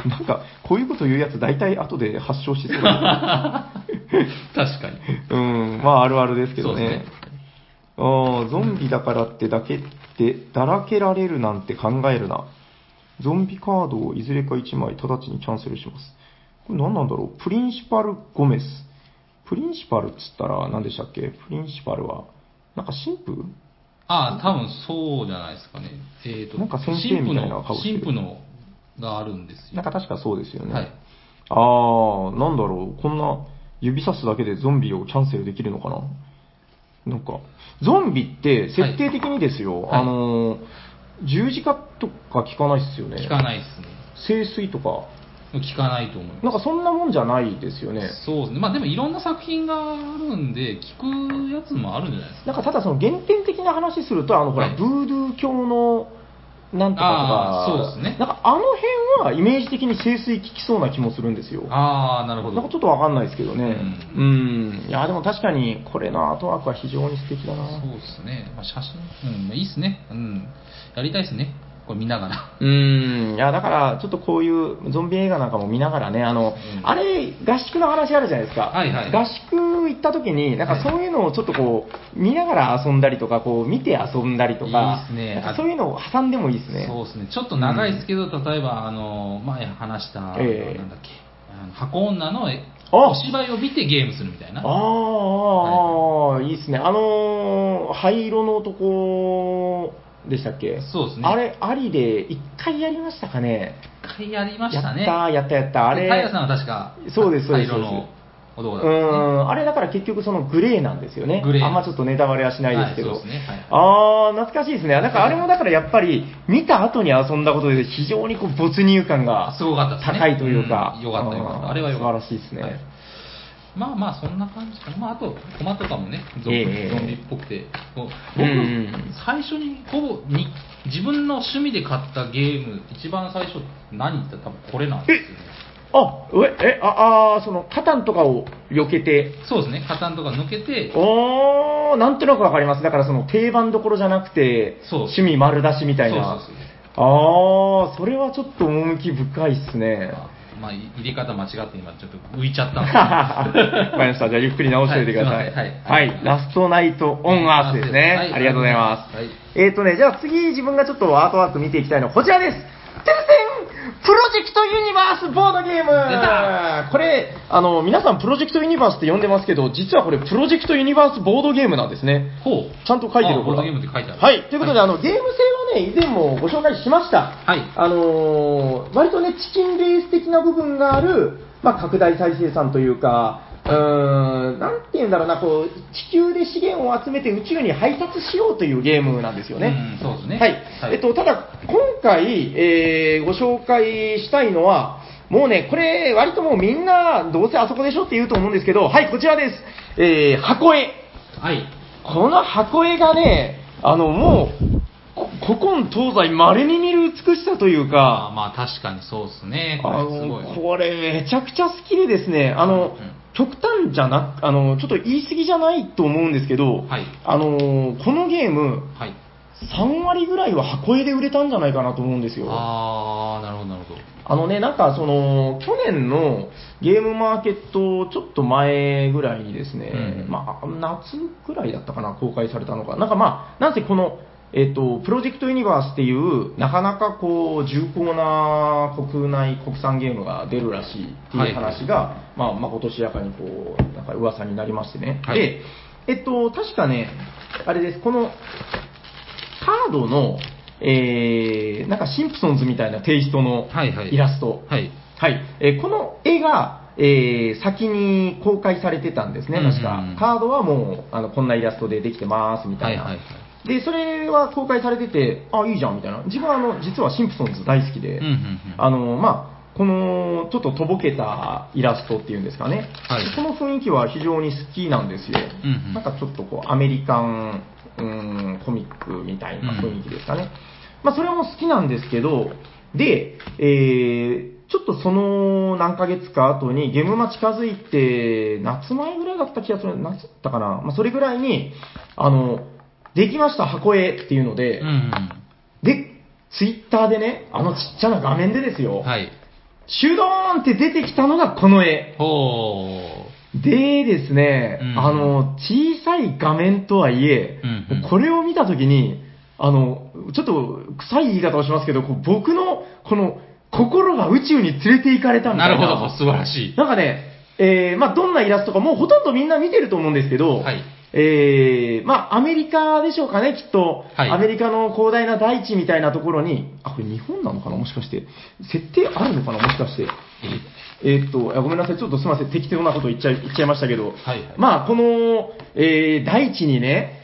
なんか、こういうこと言うやつ大体後で発症しそうだけど。確かに。 あるあるですけどね。ゾンビだからってだらけられるなんて考えるな。ゾンビカードをいずれか1枚直ちにキャンセルします。これ何なんだろう。プリンシパル・ゴメス。プリンシパルっつったら何でしたっけ？プリンシパルは、なんか神父？ 多分そうじゃないですかね。 なんか先生みたいな顔してる。 神父のがあるんですよ。 なんか確かそうですよね。 はい。 なんだろう。こんな指さすだけでゾンビをキャンセルできるのかな。なんか、ゾンビって設定的にですよ、はい、十字架とか効かないっすよね。 効かないっすね。 聖水とか。効かないと思います。 なんかそんなもんじゃないですよね。 そうですね。まあでもいろんな作品があるんで、効くやつもあるんじゃないですか。 なんかただその原点的な話すると、ほら、ブードゥー教の、なんとかとか、そうですね。 なんかあの辺はイメージ的に聖水効きそうな気もするんですよ。 なるほど。 なんかちょっとわかんないですけどね。いや、でも確かにこれのアートワークは非常に素敵だな。 そうですね。まあ、写真、いいっすね。やりたいっすね。これ見ながら。 いや、だから、ちょっとこういうゾンビ映画なんかも見ながらね、あれ、合宿の話あるじゃないですか。 はいはい。 合宿行った時に、なんかそういうのをちょっとこう、見ながら遊んだりとか、こう、見て遊んだりとか、 いいですね。 そういうのを挟んでもいいですね。 そうですね。ちょっと長いですけど、例えば、前話した、なんだっけ、箱女のお芝居を見てゲームするみたいな。 いいですね。灰色の男、でしたっけ。 そうですね。 あれ、ありで、一回やりましたかね。 一回やりましたね。 やった。あれ。 平さんは確か、 そうです。 色の男だったんですね。 あれだから結局そのグレーなんですよね。 グレー。 あんまちょっとネタバレはしないですけど。 そうですね。はい、 懐かしいですね。なんかあれもだからやっぱり、見た後に遊んだことで非常にこう没入感が高いというか。 よかった。あれはよかった。 素晴らしいですね。はい、 まあそんな感じかな。あとトマトとかもね、ゾンビっぽくて、僕最初に自分の趣味で買ったゲーム一番最初何って多分これなんですよね。 そのカタンとかを避けて。 そうですね、カタンとか抜けて。 なんとなくわかります。だからその定番どころじゃなくて、趣味丸出しみたいな。それはちょっと趣深いっすね。 まあ、入れ方間違って今ちょっと浮いちゃったんで。 わかりました。じゃあゆっくり直しておいてください。はい。ラストナイトオンアースですね。ありがとうございます。じゃあ次自分がちょっとアートワーク見ていきたいのはこちらです。プロジェクトユニバースボードゲーム。これ、皆さんプロジェクトユニバースって呼んでますけど、実はこれプロジェクトユニバースボードゲームなんですね。ちゃんと書いてる。 ボードゲームって書いてある。 はい。ということで、ゲーム性はね、以前もご紹介しました。 はい。 割とね、チキンレース的な部分がある、拡大再生産というか、なんて言うんだろうな、こう、地球で資源を集めて宇宙に配達しようというゲームなんですよね。 そうですね。 はい。ただ、今回、ご紹介したいのは、もうね、これ、割ともうみんな、どうせあそこでしょって言うと思うんですけど、はい、こちらです。箱絵。 はい。 この箱絵がね、もう、古今東西稀に見る美しさというか、 まあ確かにそうですね。 これめちゃくちゃ好きでですね、極端じゃなく、ちょっと言い過ぎじゃないと思うんですけど、 はい、 このゲーム、 はい、 3割ぐらいは箱絵で売れたんじゃないかなと思うんですよ。 なるほど。 なんか去年のゲームマーケットちょっと前ぐらいにですね、夏ぐらいだったかな、公開されたのが。なんせこの、プロジェクトユニバースっていう、なかなかこう、重厚な国産ゲームが出るらしいっていう話が、まことしやかにこう、なんか噂になりましてね。はい、で、確かね、あれです、この、カードの、なんかシンプソンズみたいなテイストのイラスト。この絵が、先に公開されてたんですね、確か。カードはもう、こんなイラストでできてますみたいな。で、それは公開されてて、いいじゃんみたいな。自分は実はシンプソンズ大好きで、このちょっととぼけたイラストっていうんですかね、この雰囲気は非常に好きなんですよ。なんかちょっとこうアメリカン、コミックみたいな雰囲気ですかね。それも好きなんですけど、で、ちょっとその何ヶ月か後にゲームマ近づいて、夏前ぐらいだった気がする、夏だったかな、それぐらいに、できました箱絵っていうので、で、ツイッターでね、ちっちゃな画面でですよ、シュドーンって出てきたのがこの絵。でですね、小さい画面とはいえ、これを見たときに、ちょっと臭い言い方をしますけど、僕のこの心が宇宙に連れて行かれたみたいな。 なるほど、素晴らしい。 なんかね、どんなイラストかもうほとんどみんな見てると思うんですけど、 まあ、アメリカでしょうかね、きっと。 はいアメリカの広大な大地みたいなところに、あ、これ日本なのかなもしかして。設定あるのかなもしかして。ごめんなさい、ちょっとすみません、適当なこと言っちゃいましたけど、 はいはいまあ、この、大地にね、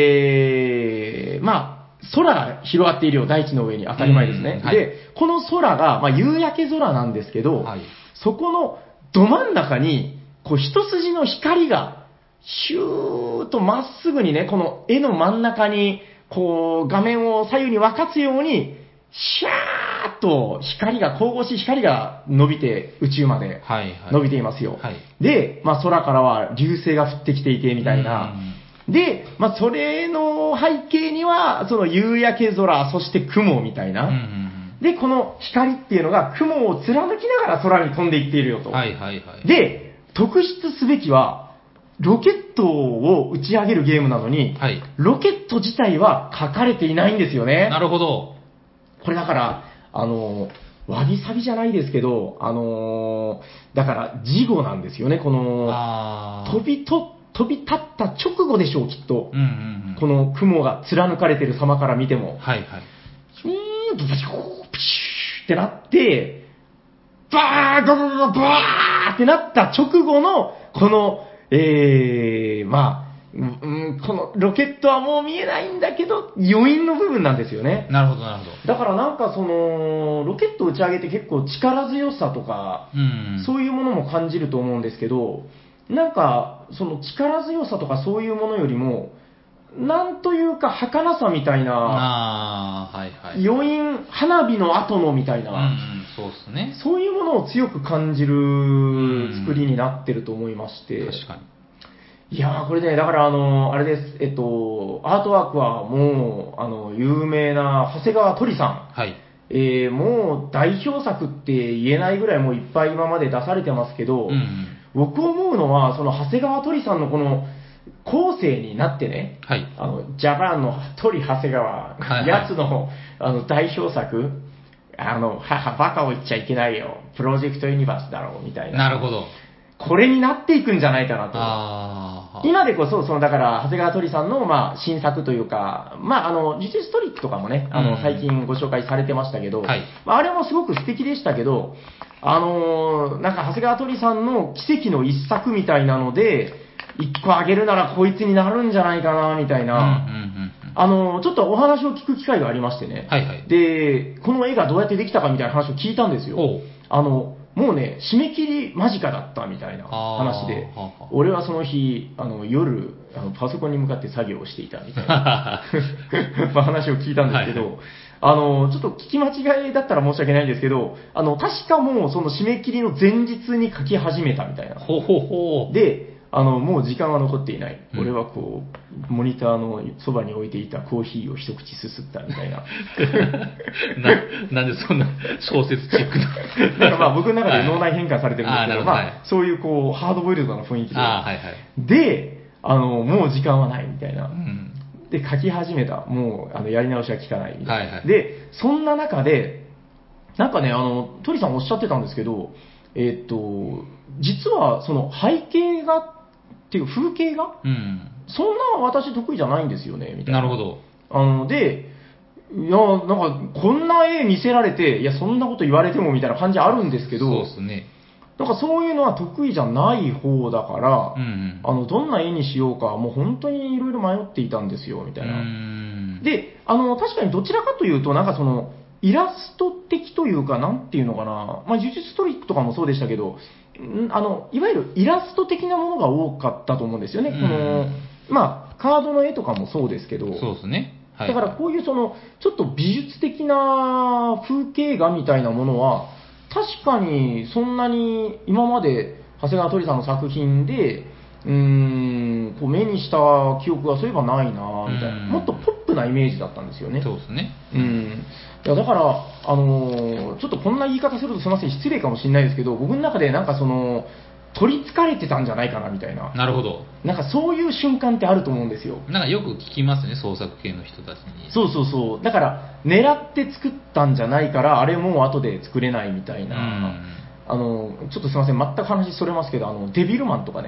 まあ、空が広がっているよ、大地の上に、当たり前ですね。 はいで、この空が、まあ、夕焼け空なんですけど、 はいそこのど真ん中に、こう、一筋の光が、ヒューッとまっすぐにね、この絵の真ん中に、こう、画面を左右に分かつように、シャーッと光が、神々しい光が伸びて、宇宙まではいはい伸びていますよ。 はいで、まあ、空からは流星が降ってきていて、みたいな。で、まあ、それの背景には、その夕焼け空、そして雲みたいな。 うんうんで、この光っていうのが雲を貫きながら空に飛んでいっているよと。 はいはいはい。 で、特筆すべきは、ロケットを打ち上げるゲームなのに、 はいロケット自体は書かれていないんですよね。 なるほど。 これだから、わびさびじゃないですけど、だから、事後なんですよね、この、飛び立った直後でしょう、きっと。 うんうんうん。 この雲が貫かれてる様から見ても。 はいはい。 シューンとピシューってなって、バーゴゴゴゴバーってなった直後の、この、まあ、このロケットはもう見えないんだけど、余韻の部分なんですよね。 なるほどなるほど。 だからなんかその、ロケット打ち上げて結構力強さとか、 うん。 そういうものも感じると思うんですけど、なんか、その力強さとかそういうものよりも、なんというか儚さみたいな、 はいはい。 余韻、花火の後のみたいな、 うんうん、そうっすね。 そういうものを強く感じる作りになってると思いまして。 確かに。 いやー、これね、だからあれです、アートワークはもう、有名な長谷川鳥さん。 はい。 もう代表作って言えないぐらいもういっぱい今まで出されてますけど、 うんうん。 僕思うのは、その長谷川鳥さんのこの、後世になってね、 はい。 ジャパンの鳥長谷川、 はいはいやつの、代表作、バカを言っちゃいけないよ、プロジェクトユニバースだろう、みたいな。 なるほど。 これになっていくんじゃないかなと。 ああ。 今でこそ、だから、長谷川鳥さんの、まあ、新作というか、まあ、呪術トリックとかもね、最近ご紹介されてましたけど、 はいまあ、あれもすごく素敵でしたけど、なんか、長谷川鳥さんの奇跡の一作みたいなので、一個あげるならこいつになるんじゃないかな、みたいな、 うんうんうんうん。 ちょっとお話を聞く機会がありましてね、 はいはいで、この絵がどうやってできたかみたいな話を聞いたんですよ。 おうもうね、締め切り間近だったみたいな話ではあ、 俺はその日、夜、パソコンに向かって作業をしていたみたいなまあ話を聞いたんですけど、ちょっと聞き間違いだったら申し訳ないんですけど、確かもうその締め切りの前日に書き始めたみたいな。 ほほほ。 で、もう時間は残っていない。 うん俺はこう、モニターのそばに置いていたコーヒーを一口すすったみたいな。 なんでそんな小説チックな。 なんかまあ僕の中で脳内変換されてるんですけど、 はいまあそういうこう、ハードボイルドな雰囲気で。 はいはい。 で、もう時間はないみたいな。 うん。 で、書き始めた。もう、やり直しは効かないみたいな。 はいはいで、そんな中で、なんかね、鳥さんおっしゃってたんですけど、実はその背景画っていう風景画うん。 そんな私得意じゃないんですよね、みたいな。 なるほど。 で、いや、なんか、こんな絵見せられて、いや、そんなこと言われてもみたいな感じあるんですけど、 そうっすね。 なんかそういうのは得意じゃない方だから、 うんどんな絵にしようか、もう本当にいろいろ迷っていたんですよ、みたいな。 ん。 で、確かにどちらかというと、なんかその、イラスト的というか、なんていうのかな、まあ、呪術トリックとかもそうでしたけど、いわゆるイラスト的なものが多かったと思うんですよね。 うんこの、まあ、カードの絵とかもそうですけど、 そうですね。はい。 だからこういうその、ちょっと美術的な風景画みたいなものは、確かにそんなに今まで長谷川鳥さんの作品で、こう目にした記憶はそういえばないなみたいな、もっとポップなイメージだったんですよね。 そうですね。 いやだから、ちょっとこんな言い方するとすみません、失礼かもしれないですけど、僕の中でなんかその、取り憑かれてたんじゃないかなみたいな。 なるほど。 なんかそういう瞬間ってあると思うんですよ。 なんかよく聞きますね、創作系の人たちに。 そうそうそう。だから、狙って作ったんじゃないから、あれもう後で作れないみたいな。ちょっとすみません、全く話それますけど、デビルマンとかね、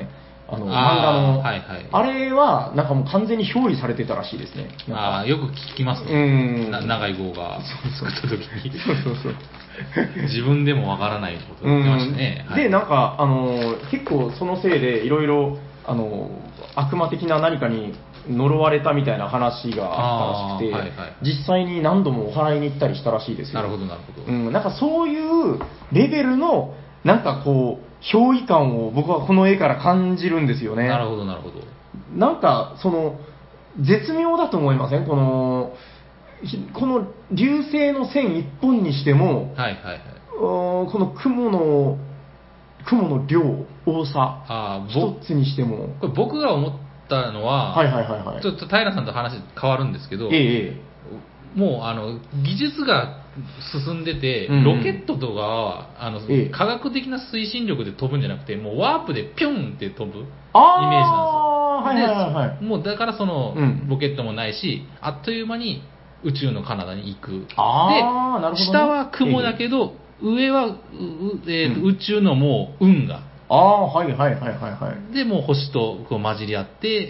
漫画の、 はいはい、 あれは、なんかもう完全に憑依されてたらしいですね。 よく聞きますね。長井豪が作った時に。そう。自分でもわからないこと言ってましたね。 で、なんか、結構そのせいで、いろいろ、悪魔的な何かに呪われたみたいな話があったらしくて、はいはい、実際に何度もお祓いに行ったりしたらしいですよ。 なるほど、なるほど。 なんかそういうレベルの、なんかこう、憑依感を僕はこの絵から感じるんですよね。 なるほど、なるほど。 なんか、絶妙だと思いません？この流星の線一本にしても、 はいはいはい、 この雲の量、多さ、一つにしても。 これ僕が思ったのは、 はいはいはいはい、 ちょっと平さんと話変わるんですけど、もう技術が進んでて、ロケットとかは科学的な推進力で飛ぶんじゃなくて、もうワープでピュンって飛ぶイメージなんですよ。 はいはいはい、 もうだからロケットもないし、あっという間に宇宙の彼方に行く。で、 なるほどね、 下は雲だけど、上は宇宙のもう運河。 はいはいはいはいはい。 で、もう星とこう混じり合って、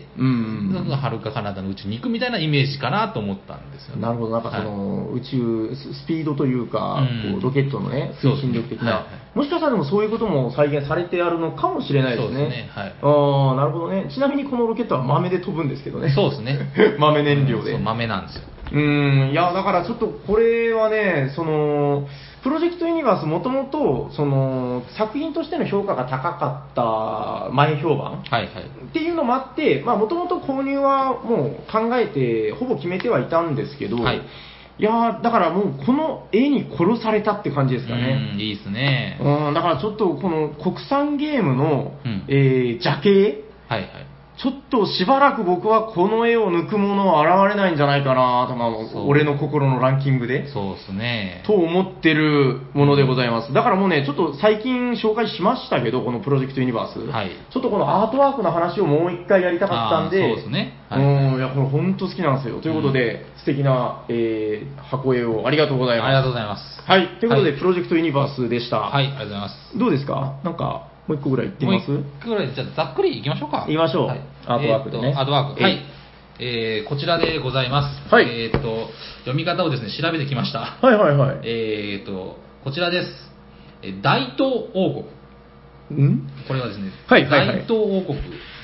遥か彼方の宇宙に行くみたいなイメージかなと思ったんですよね。 なるほど、なんか宇宙、スピードというか、こうロケットのね、推進力的な、もしかしたらでもそういうことも再現されてあるのかもしれないですね。 そうですね。はい。 なるほどね。ちなみにこのロケットは豆で飛ぶんですけどね。 そうですね。 豆燃料で。 豆なんですよ。 いや、だからちょっとこれはね、プロジェクトユニバースもともと作品としての評価が高かった前評判、 はいはい、 っていうのもあって、もともと購入はもう考えてほぼ決めてはいたんですけど、はい、いやだからもうこの絵に殺されたって感じですかね。 いいですね。 だからちょっとこの国産ゲームの、邪形、 はいはい、 ちょっとしばらく僕はこの絵を抜くものは現れないんじゃないかなと、俺の心のランキングで。 そうですね。 と思ってるものでございます。だからもうね、ちょっと最近紹介しましたけど、このプロジェクトユニバース。 はい、 ちょっとこのアートワークの話をもう一回やりたかったんで、 そうですね。 はい、いや、これ本当好きなんですよ。ということで、素敵な、箱絵をありがとうございます。 ありがとうございます。 はい、ということで、プロジェクトユニバースでした。 はい、ありがとうございます。 どうですか？なんか、もう一個ぐらい言ってみます？ もう一個ぐらい、じゃあざっくりいきましょうか。 いきましょう。はい、アートワークでね。 アートワーク。はい。こちらでございます。 はい。 読み方をですね、調べてきました。 はいはいはい。 こちらです。大東王国。これはですね、 はいはいはい、 大東王国。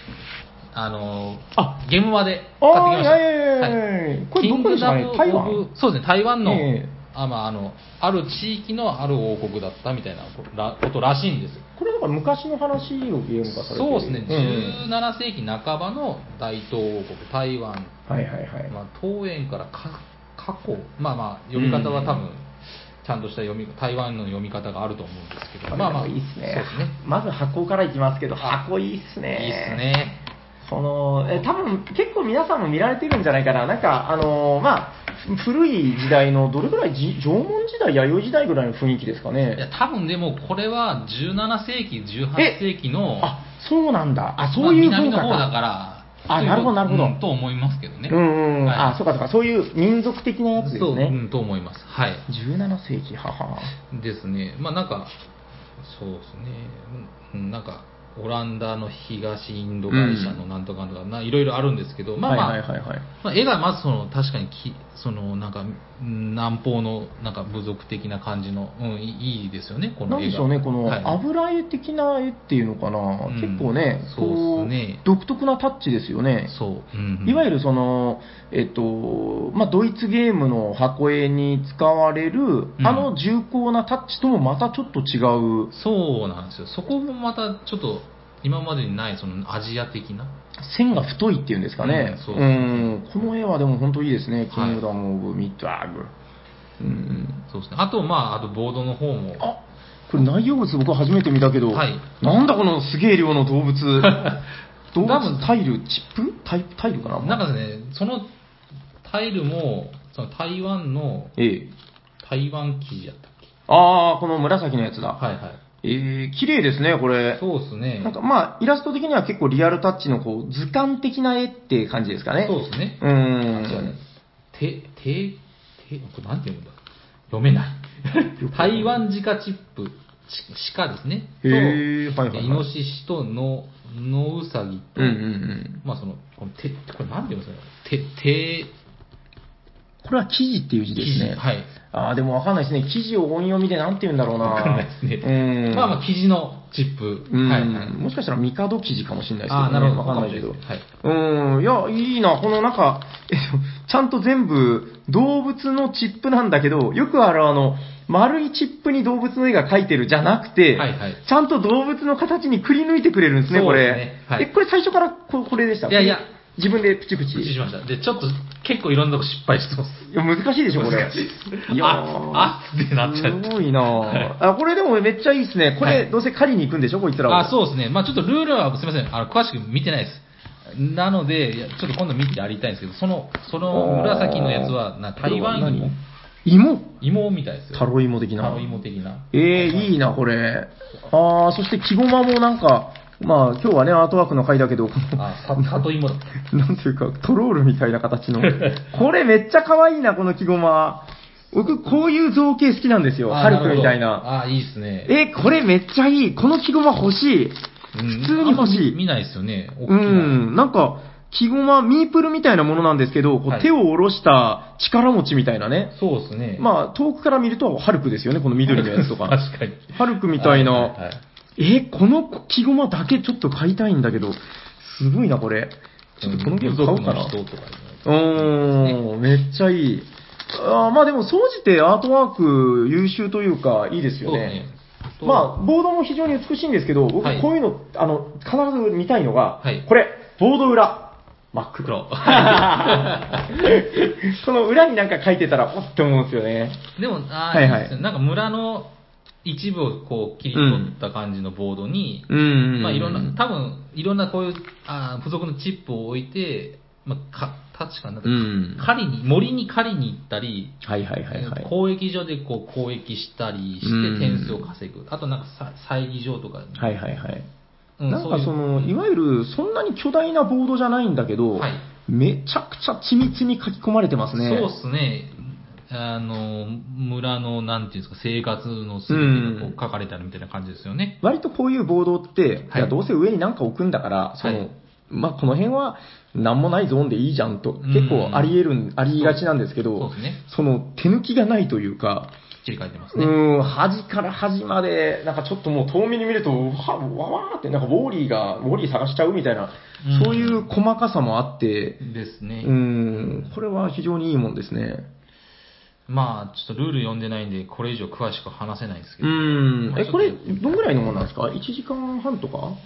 ゲームまで買ってきました。 はい。これどこですかね？台湾？ そうですね、台湾の、ある地域のある王国だったみたいなことらしいんです。 これだから昔の話をゲーム化されてる。 そうですね、17世紀半ばの大東王国、台湾。 はいはいはい。 東園から過去、読み方は多分、ちゃんとした台湾の読み方があると思うんですけど、 いいっすね。そうですね。まず箱からいきますけど、箱いいっすね。 いいっすね。 多分結構皆さんも見られてるんじゃないかな。なんか古い時代のどれぐらい縄文時代、弥生時代ぐらいの雰囲気ですかね。 いや多分でもこれは17世紀18世紀のそうなんだ。そういう文化か。 南の方だからなるほどなるほど、 と思いますけどね。 はい、そうかそうか、そういう民族的なやつですね。 そう、と思います。はい。 17世紀、 ですね。なんかそうですね。なんかオランダの東インド会社のなんとかとか、いろいろあるんですけど、絵がまず確かになんか南方のなんか部族的な感じの、いいですよね、この絵が。 なんでしょうね、この油絵的な絵っていうのかな、結構ね、そうね、独特なタッチですよね。 そう。 いわゆるドイツゲームの箱絵に使われる、重厚なタッチともまたちょっと違う。 そうなんですよ。そこもまたちょっと今までにないアジア的な線が太いっていうんですかね。この絵はでも本当いいですね。キングダム・オブ・ミッド・アグ。 そうですね。あとボードの方も。 これ内容物僕は初めて見たけど、なんだこのすげえ量の動物。動物タイル、チップタイルかな。 なんかですね、そのタイルも台湾の、台湾生地やったっけ。 この紫のやつだ。 はいはい。 綺麗ですね、これ。 そうですね。 なんかイラスト的には結構リアルタッチの図鑑的な絵って感じですかね。 そうですね。これなんて読むんだ。読めない。台湾自家チップ鹿ですね。と、イノシシとノウサギと、まあこれなんて言うんですかね。 これは記事っていう字ですね。 はい。 でもわかんないですね。記事を音読みでなんて言うんだろうな。 わかんないですね。まあ、記事のチップ。 もしかしたら帝記事かもしれないですけどね。 なるほど。 わかんないけど。いや、いいな。このなんか、ちゃんと全部動物のチップなんだけど、よくある丸いチップに動物の絵が描いてるじゃなくて、ちゃんと動物の形にくり抜いてくれるんですね、これ。これ最初からこれでした？ いや。 自分でプチプチしました。で、ちょっと結構いろんなとこ失敗してます。 いや、難しいでしょ、これ。 難しいです。いやってなっちゃう。 すごいなこれでもめっちゃいいですね。これ、どうせ狩りに行くんでしょ、こいつらは。 そうですね。まあちょっとルールはすみません。詳しく見てないです。なので、ちょっと今度見てやりたいんですけど、その紫のやつは、台湾芋みたいですよ。 タロイモ的な。 タロイモ的な。 いいな、これ。そして木ごまもなんか、まあ今日はね、アートワークの回だけど、 里芋だ。 なんていうか、トロールみたいな形の。これめっちゃ可愛いな、この木ごま。僕、こういう造形好きなんですよ。ハルクみたいな。 いいっすね。 これめっちゃいい。この木ごま欲しい。普通に欲しい。 見ないですよね。 なんか、木ごま、ミープルみたいなものなんですけど、手を下ろした力持ちみたいなね。 そうですね。 まあ、遠くから見るとハルクですよね、この緑のやつとか。 確かに。 ハルクみたいな。この木ごまだけちょっと買いたいんだけど、すごいな、これ。ちょっとこのゲーム買おうかな。めっちゃいい。まあでも、総じてアートワーク優秀というか、いいですよね。まあ、ボードも非常に美しいんですけど、僕こういうの、必ず見たいのが、これ、ボード裏。真っ黒。この裏になんか書いてたら、おって思うんですよね。 でも、なんか村の一部をこう切り取った感じのボードに、まあいろんな、多分いろんなこういう付属のチップを置いて、まあ確かに森に狩りに行ったり、交易所でこう交易したりして点数を稼ぐ。あとなんか猜疑場とかに。 なんかいわゆるそんなに巨大なボードじゃないんだけど、めちゃくちゃ緻密に書き込まれてますね。 そうですね。村の、なんていうんですか、生活のすべてがこう書かれてあるみたいな感じですよね。 割とこういうボードって、いや、どうせ上になんか置くんだから、まあ、この辺は何もないゾーンでいいじゃんと、結構ありがちなんですけど、その手抜きがないというか、 きっちり書いてますね。 端から端まで、なんかちょっともう遠目に見ると、わーって、なんかウォーリー探しちゃうみたいな、そういう細かさもあって、 ですね。 これは非常にいいもんですね。 まあ、ちょっとルール読んでないんで、これ以上詳しく話せないですけど。 これ、どんぐらいのものなんですか ?1 時間半とか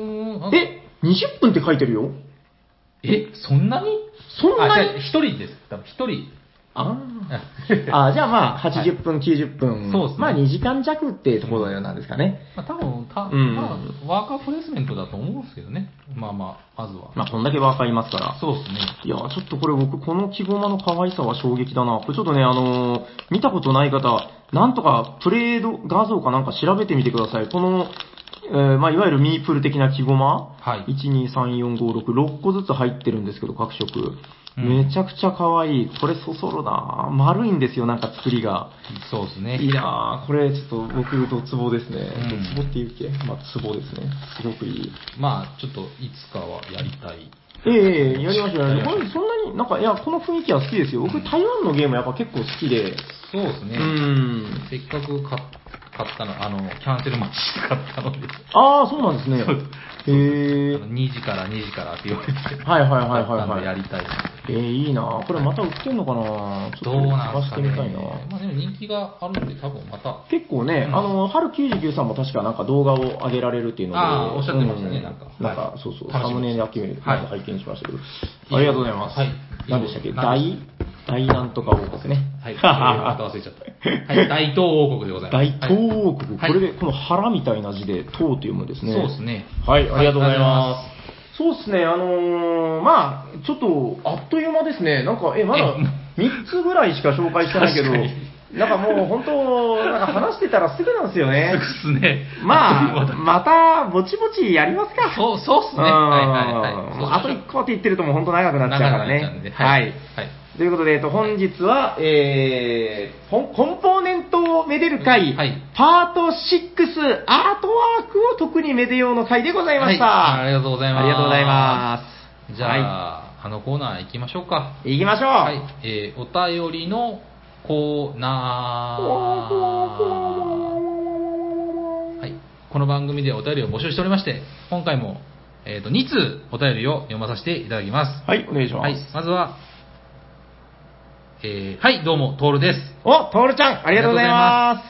20分って書いてるよ。 そんなに一人です。多分一人。 じゃあまあ、80分、90分。 そうですね。 まあ、2時間弱ってところなんですかね。 多分、ワーカープレイスメントだと思うんですけどね。まずは。 まあ、こんだけワーカーいますから。 そうですね。 いや、ちょっとこれ僕、この木ごまの可愛さは衝撃だな。これちょっとね、見たことない方、なんとかプレイ画像かなんか調べてみてください。この、まあ、いわゆるミープル的な木ごま、1、2、3、4、5、6、6個ずつ入ってるんですけど、各色。めちゃくちゃ可愛い。これそそるなぁ。丸いんですよ、なんか作りが。 そうですね。 いいなぁ。これちょっと僕、ドツボですね。ドツボって言うっけ？まあ、ツボですね。すごくいい。 まあ、ちょっといつかはやりたい。 やりましょう。これそんなに、なんか、いや、この雰囲気は好きですよ。僕、台湾のゲームやっぱ結構好きで。 そうですね。せっかく買ったの、キャンセル待ちして買ったので。 そうなんですね。 2時からって言われて。やりたい。 いいなぁ。これまた売ってんのかなちょっと探してみたいな。 まあでも人気があるんで多分また。 結構ね、春99さんも確かなんか動画を上げられるっていうので。 おっしゃってましたね、なんか。 そう、サムネで拝見しましたけど。ありがとうございます。何でしたっけ大なんとか王国ね。 また忘れちゃった。大東王国でございます。 大東王国。これで、この腹みたいな字で、東と読むんですね。 そうですね。 はい、ありがとうございます。そうですね、まあちょっと、あっという間ですね。なんか、まだ3つぐらいしか紹介してないけど、なんかもう本当、なんか話してたらすぐなんですよね。 すぐっすね。 また、ぼちぼちやりますか。 そうっすね。 あと1個って言ってるともう本当長くなっちゃうからね。はい。 ということで、本日は、コンポーネントをめでる会、 はい、 パート6、アートワークを特にめでようの会でございました。 はい、ありがとうございます。 ありがとうございます。 じゃあ、あのコーナー行きましょうか。 行きましょう。 はい、お便りのコーナー。はい、この番組でお便りを募集しておりまして、今回も、2通お便りを読まさせていただきます。 はい、お願いします。 はい、まずは、はい、どうも、トールです。 お、トールちゃん、ありがとうございます。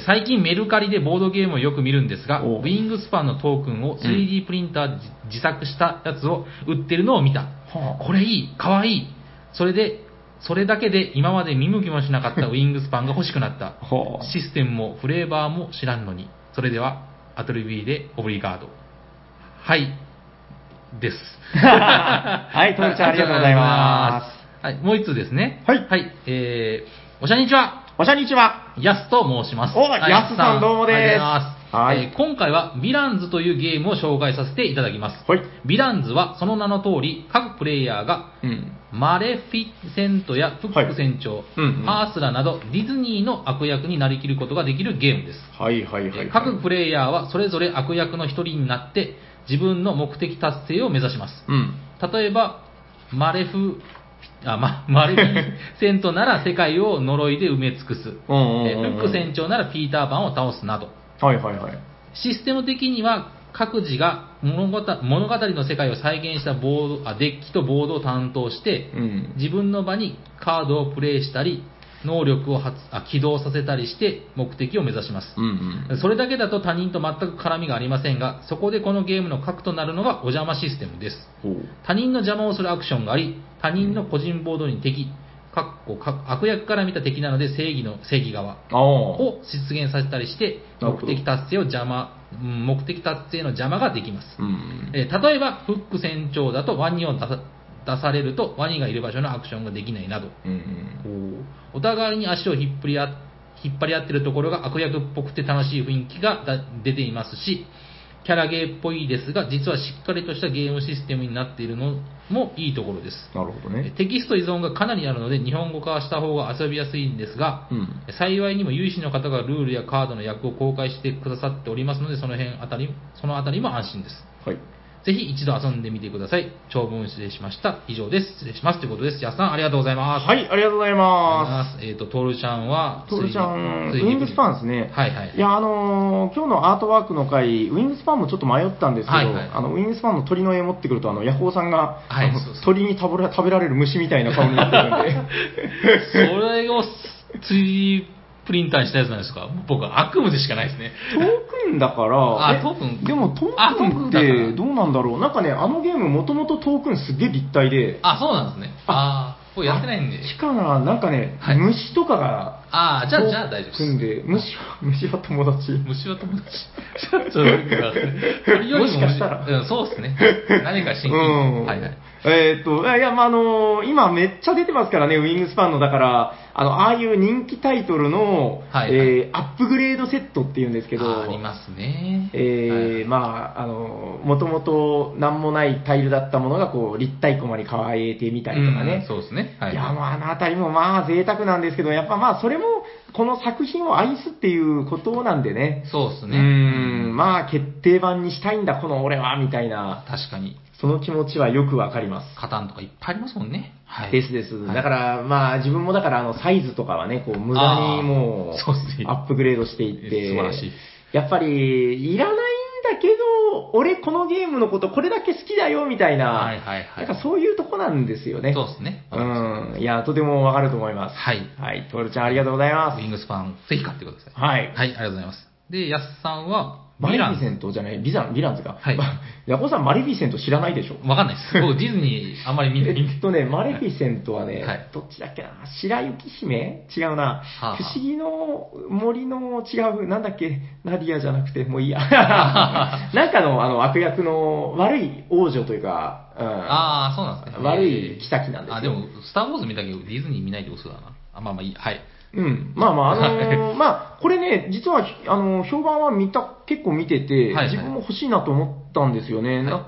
最近メルカリでボードゲームをよく見るんですが、ウィングスパンのトークンを 3D プリンター自作したやつを売ってるのを見た。これいい、かわいい。それだけで今まで見向きもしなかったウィングスパンが欲しくなった。システムもフレーバーも知らんのに。それでは、アトリビーでオブリガード。はい。です。 はい、トールちゃんありがとうございます。 はい、もう一通ですね。 はい。 はい。おしゃにちは。 おしゃにちは。 やすと申します。 お、やすさんどうもです。ありがとうございます。 はい、今回はヴィランズというゲームを紹介させていただきます。 はい、 ヴィランズはその名の通り、各プレイヤーが、マレフィセントやフック船長、アースラなどディズニーの悪役になりきることができるゲームです。各プレイヤーはそれぞれ悪役の一人になって自分の目的達成を目指します。例えば、マレフィセントなら世界を呪いで埋め尽くす。フック船長ならピーターパンを倒すなど。システム的には各自が物語の世界を再現したデッキとボードを担当して、自分の場にカードをプレイしたり、能力を起動させたりして目的を目指します。それだけだと他人と全く絡みがありませんが、そこでこのゲームの核となるのがお邪魔システムです。他人の邪魔をするアクションがあり、他人の個人ボードに敵、悪役から見た敵なので正義側を出現させたりして目的達成の邪魔ができます。例えばフック船長だとワニを出されるとワニがいる場所のアクションができないなど、お互いに足を引っ張り合っているところが悪役っぽくて楽しい雰囲気が出ていますし、キャラゲーっぽいですが実はしっかりとしたゲームシステムになっているのもいいところです。 なるほどね。 テキスト依存がかなりあるので日本語化した方が遊びやすいんですが、幸いにも有志の方がルールやカードの役を公開してくださっておりますのでそのあたりも安心です。ぜひ一度遊んでみてください。長文失礼しました。以上です。失礼します。ということです。やすさん、ありがとうございます。 はい、ありがとうございます。 トールちゃんは、 トールちゃん、ウィングスパンですね。 はいはい。 いや、今日のアートワークの回、ウィングスパンもちょっと迷ったんですけど、ウィングスパンの鳥の絵持ってくると、ヤホーさんが、鳥に食べられる虫みたいな顔になってるんで。 それを 3D プリンターにしたやつなんですか？僕は悪夢でしかないですね。 トークンだから、 トークンでもトークンってどうなんだろう。なんかね、あのゲームもともとトークンすげえ立体で。 そうなんですね。僕やってないんで。 しかもなんかね、虫とかが、 じゃあ大丈夫です。 組んで、虫は友達。 虫は友達。ちょっと、鳥よりももしかしたら。 そうですね。何か親近。はいはい。 いや、今めっちゃ出てますからね、ウィングスパンの、だから、ああいう人気タイトルの、アップグレードセットっていうんですけど、 ありますね。 もともと何もないタイルだったものが、こう、立体コマに変えてみたりとかね。 そうですね。 いや、あのあたりも贅沢なんですけど、やっぱそれも、この作品を愛すっていうことなんでね。 そうですね。 決定版にしたいんだ、この俺は、みたいな。 確かに。 その気持ちはよくわかります。 カタンとかいっぱいありますもんね。 です。だから、自分もだからサイズとかはね、こう、無駄にもう、アップグレードしていって、 素晴らしい。 やっぱり、いらないんだけど、俺このゲームのことこれだけ好きだよ、みたいな、なんかそういうとこなんですよね。 そうですね。 いや、とてもわかると思います。はい、トールちゃんありがとうございます。 ウィングスパン、ぜひ買ってください。 はい。 ありがとうございます。で、ヤスさんは、 マレフィセントじゃない、ヴィランズか。ヤコさん、マレフィセント知らないでしょ？ わかんないです。僕、ディズニーあんまり見ないんで。 マレフィセントはね、どっちだっけな、白雪姫違うな。不思議の森の違う、なんだっけ、ナディアじゃなくて、もういいや。なんかの、悪役の悪い王女というか、 そうなんですね。 悪い妃なんですよ。 でも、スター・ウォーズ見たけど、ディズニー見ないで嘘だな。いい。はい。 これね、実は、評判は結構見てて、自分も欲しいなと思ったんですよね。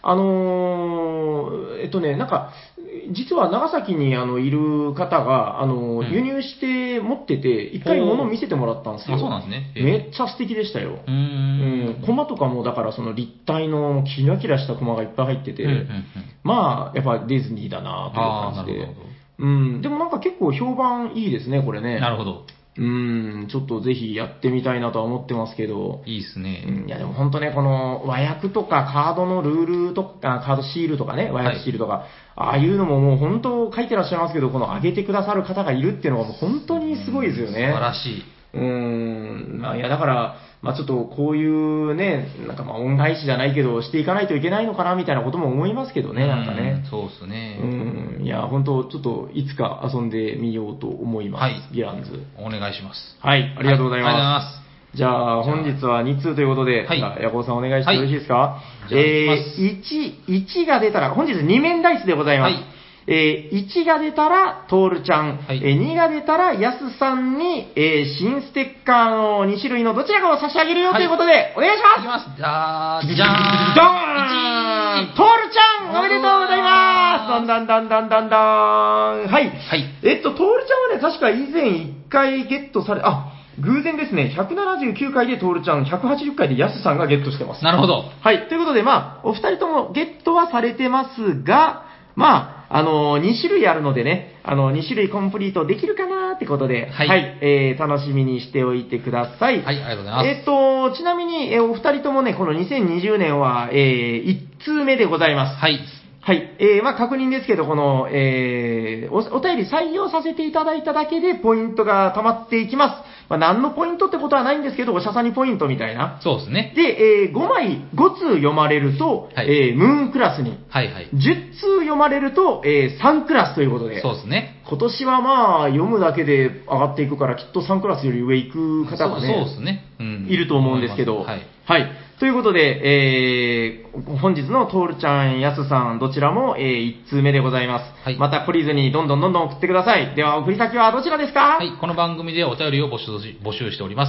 なんか、実は長崎にいる方が、輸入して持ってて、一回物を見せてもらったんですよ。 そうなんですね。 めっちゃ素敵でしたよ。コマとかも、だからその立体のキラキラしたコマがいっぱい入ってて、まあ、やっぱディズニーだなという感じで。でもなんか結構評判いいですね、これね。 なるほど。 ちょっとぜひやってみたいなとは思ってますけど。 いいですね。 いやでも本当ね、この和訳とかカードのルールとか、カードシールとかね、和訳シールとか、ああいうのももう本当書いてらっしゃいますけど、この上げてくださる方がいるっていうのがもう本当にすごいですよね。 素晴らしい。 いやだから、ちょっとこういうね、なんか恩返しじゃないけど、していかないといけないのかなみたいなことも思いますけどね、なんかね。 そうですね。 いや、本当ちょっといつか遊んでみようと思います。 はい。 ヴィランズ。 お願いします。 はい、ありがとうございます。 ありがとうございます。 じゃあ、本日は2通ということで、ヤコウさんお願いしてよろしいですか？1が出たら、本日2面ダイスでございます。1が出たら、トールちゃん、2が出たら、ヤスさんに、新ステッカーの2種類のどちらかを差し上げるよということで、お願いします。 いきます。じゃーん。 ドーン！トールちゃんおめでとうございます。だん。はい。トールちゃんはね、確か以前1回ゲットされ、偶然ですね、179回でトールちゃん、180回でヤスさんがゲットしてます。 なるほど。 はい。ということで、お二人ともゲットはされてますが、2種類あるのでね、2種類コンプリートできるかなーってことで、楽しみにしておいてください。 はい、ありがとうございます。 ちなみに、お二人ともね、この2020年は、1通目でございます。 はい。 はい。確認ですけど、この、お便り採用させていただいただけでポイントが溜まっていきます。何のポイントってことはないんですけど、おしゃさにポイントみたいな。 そうですね。 で、5通読まれると、ムーンクラスに。10通読まれると、3クラスということで。 そうですね。 今年は読むだけで上がっていくから、きっと3クラスより上行く方がね、 そうですね。 いると思うんですけど。はい。ということで、本日のトールちゃん、ヤスさん、どちらも、1通目でございます。また懲りずにどんどん送ってください。では、送り先はどちらですか？ はい、この番組でお便りを募集しております。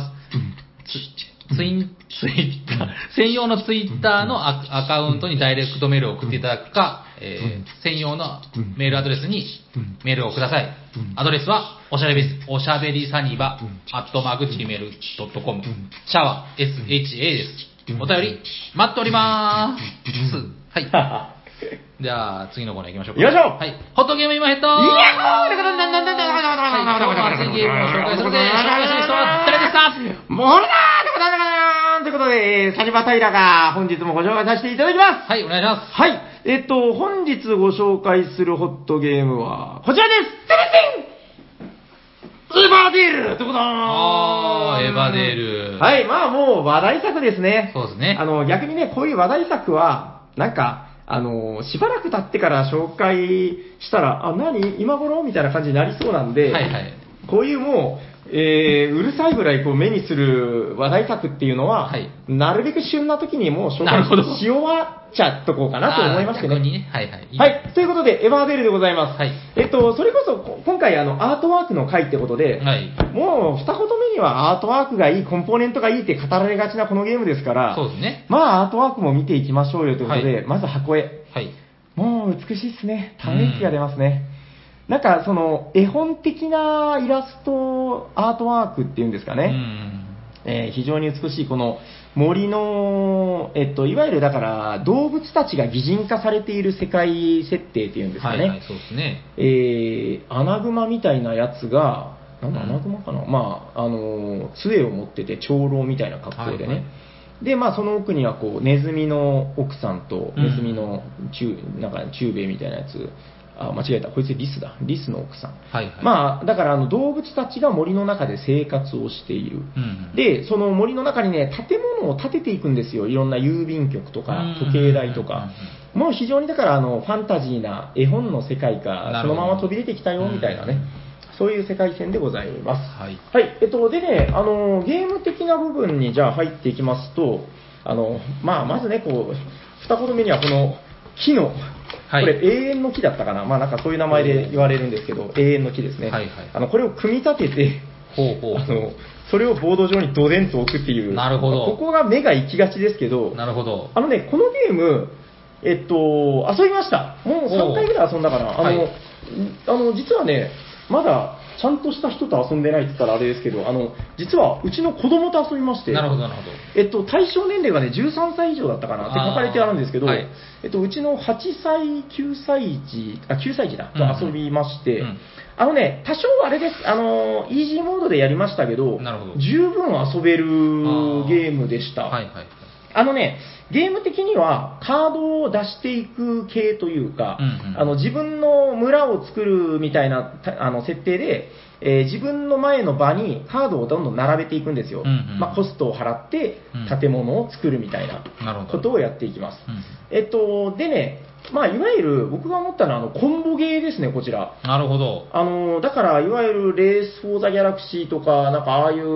専用のツイッターのアカウントにダイレクトメールを送っていただくか、専用のメールアドレスにメールをください。アドレスは、おしゃべりサニバ、@gmail.com、シャワー、SHA です。お便り、待っておりまーす。はい。じゃあ、次のコーナー行きましょうか。 行きましょう。 はい。ホットゲーム今ヘッドイヤッホーはい、今日の熱いゲームを紹介するので、紹介する人は誰ですか？ もうだーということで、サニバタイラが本日もご紹介させていただきます。 はい、お願いします。 はい。本日ご紹介するホットゲームは、こちらです。エヴァデールってことだエヴァデール。 はい、もう話題作ですね。 そうですね。 逆にね、こういう話題作は、なんか、しばらく経ってから紹介したら、何今頃みたいな感じになりそうなんで、こういうもう、うるさいぐらいこう目にする話題作っていうのは、なるべく旬な時にもう紹介し終わっちゃっとこうかなと思いましてね。はい。ということで、エヴァーデールでございます。それこそ、今回アートワークの回ってことで、もう二言目にはアートワークがいい、コンポーネントがいいって語られがちなこのゲームですから、 そうですね。 アートワークも見ていきましょうよということで、まず箱絵。もう美しいですね。ため息が出ますね。なんかその絵本的なイラストアートワークっていうんですかね、非常に美しいこの森の、いわゆるだから動物たちが擬人化されている世界設定っていうんですかね、 そうですね。 アナグマみたいなやつがアナグマかな、杖を持ってて長老みたいな格好でね、で、その奥にはこうネズミの奥さんとネズミのなんか中兵衛みたいなやつ、間違えた、こいつリスだ、リスの奥さん、だから動物たちが森の中で生活をしている、でその森の中にね建物を建てていくんですよ。いろんな郵便局とか時計台とか、もう非常にだからファンタジーな絵本の世界からそのまま飛び出てきたよみたいなね、そういう世界線でございます。でね、ゲーム的な部分にじゃあ入っていきますと、まずね、こう二言目にはこの木の、これ永遠の木だったかな、なんかそういう名前で言われるんですけど、永遠の木ですね。これを組み立てて、それをボード上にドデンと置くっていう、 なるほど。 ここが目が行きがちですけど、 なるほど。 このゲーム、 遊びました。もう3回ぐらい遊んだかな。はい、実はね、まだ、ちゃんとした人と遊んでないって言ったらあれですけど、実はうちの子供と遊びまして、 なるほど、なるほど。 対象年齢がね、13歳以上だったかなって書かれてあるんですけど、はい、うちの8歳、9歳児、9歳児だ、と遊びまして、多少あれです、イージーモードでやりましたけど、十分遊べるゲームでした。はいはい。ゲーム的にはカードを出していく系というか、自分の村を作るみたいな設定で、自分の前の場にカードをどんどん並べていくんですよ。コストを払って建物を作るみたいなことをやっていきます。でね、いわゆる僕が思ったのはコンボゲーですね、こちら。 なるほど。 だからいわゆるレース・フォー・ザ・ギャラクシーとか、なんかああいう、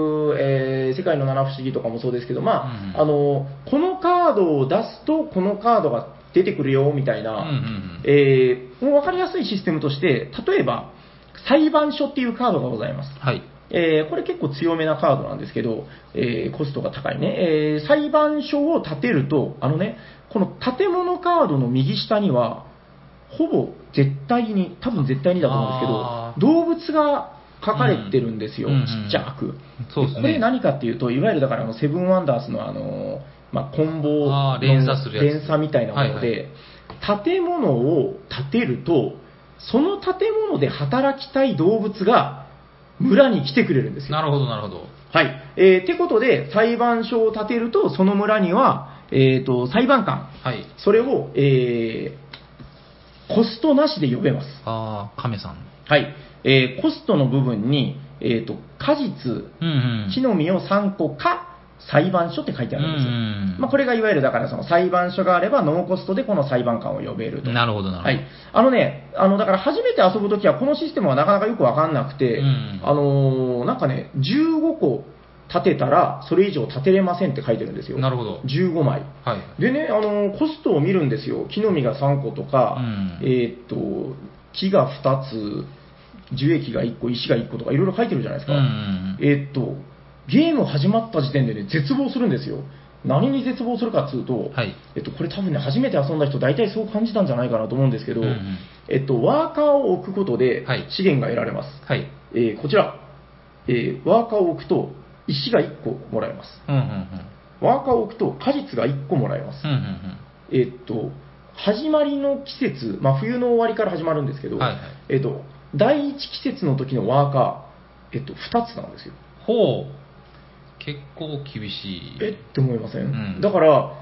世界の七不思議とかもそうですけど、このカードを出すとこのカードが出てくるよみたいな、もう分かりやすいシステムとして、例えば裁判所っていうカードがございます。はい。これ結構強めなカードなんですけど、コストが高いね。裁判所を建てると、この建物カードの右下には、ほぼ多分絶対にだと思うんですけど、動物が書かれてるんですよ、ちっちゃく。そうですね。これ何かっていうと、いわゆるだからセブンワンダースのコンボの連鎖みたいなもので、建物を建てると、その建物で働きたい動物が村に来てくれるんですよ。 なるほど、なるほど。 はい。ってことで、裁判所を建てると、その村には、裁判官、はい、それを、コストなしで呼べます。 亀さん。 はい。コストの部分に、果実、木の実を3個か、裁判所って書いてあるんですよ。これがいわゆるだからその裁判所があればノーコストでこの裁判官を呼べると。 なるほどなるほど。 はい。だから初めて遊ぶときはこのシステムはなかなかよくわかんなくて、なんかね、15個立てたらそれ以上立てれませんって書いてるんですよ。 なるほど。 15枚。はい。でね、コストを見るんですよ。木の実が3個とか、木が2つ、樹液が1個、石が1個とかいろいろ書いてるじゃないですか。ゲーム始まった時点でね、絶望するんですよ。何に絶望するかっていうと、はい、これ多分ね、初めて遊んだ人大体そう感じたんじゃないかなと思うんですけど、ワーカーを置くことで資源が得られます。はい、こちら、ワーカーを置くと石が1個もらえます。ワーカーを置くと果実が1個もらえます。始まりの季節、冬の終わりから始まるんですけど、はいはい、第1季節の時のワーカー、2つなんですよ。 ほう。結構厳しい。 って思いません、だから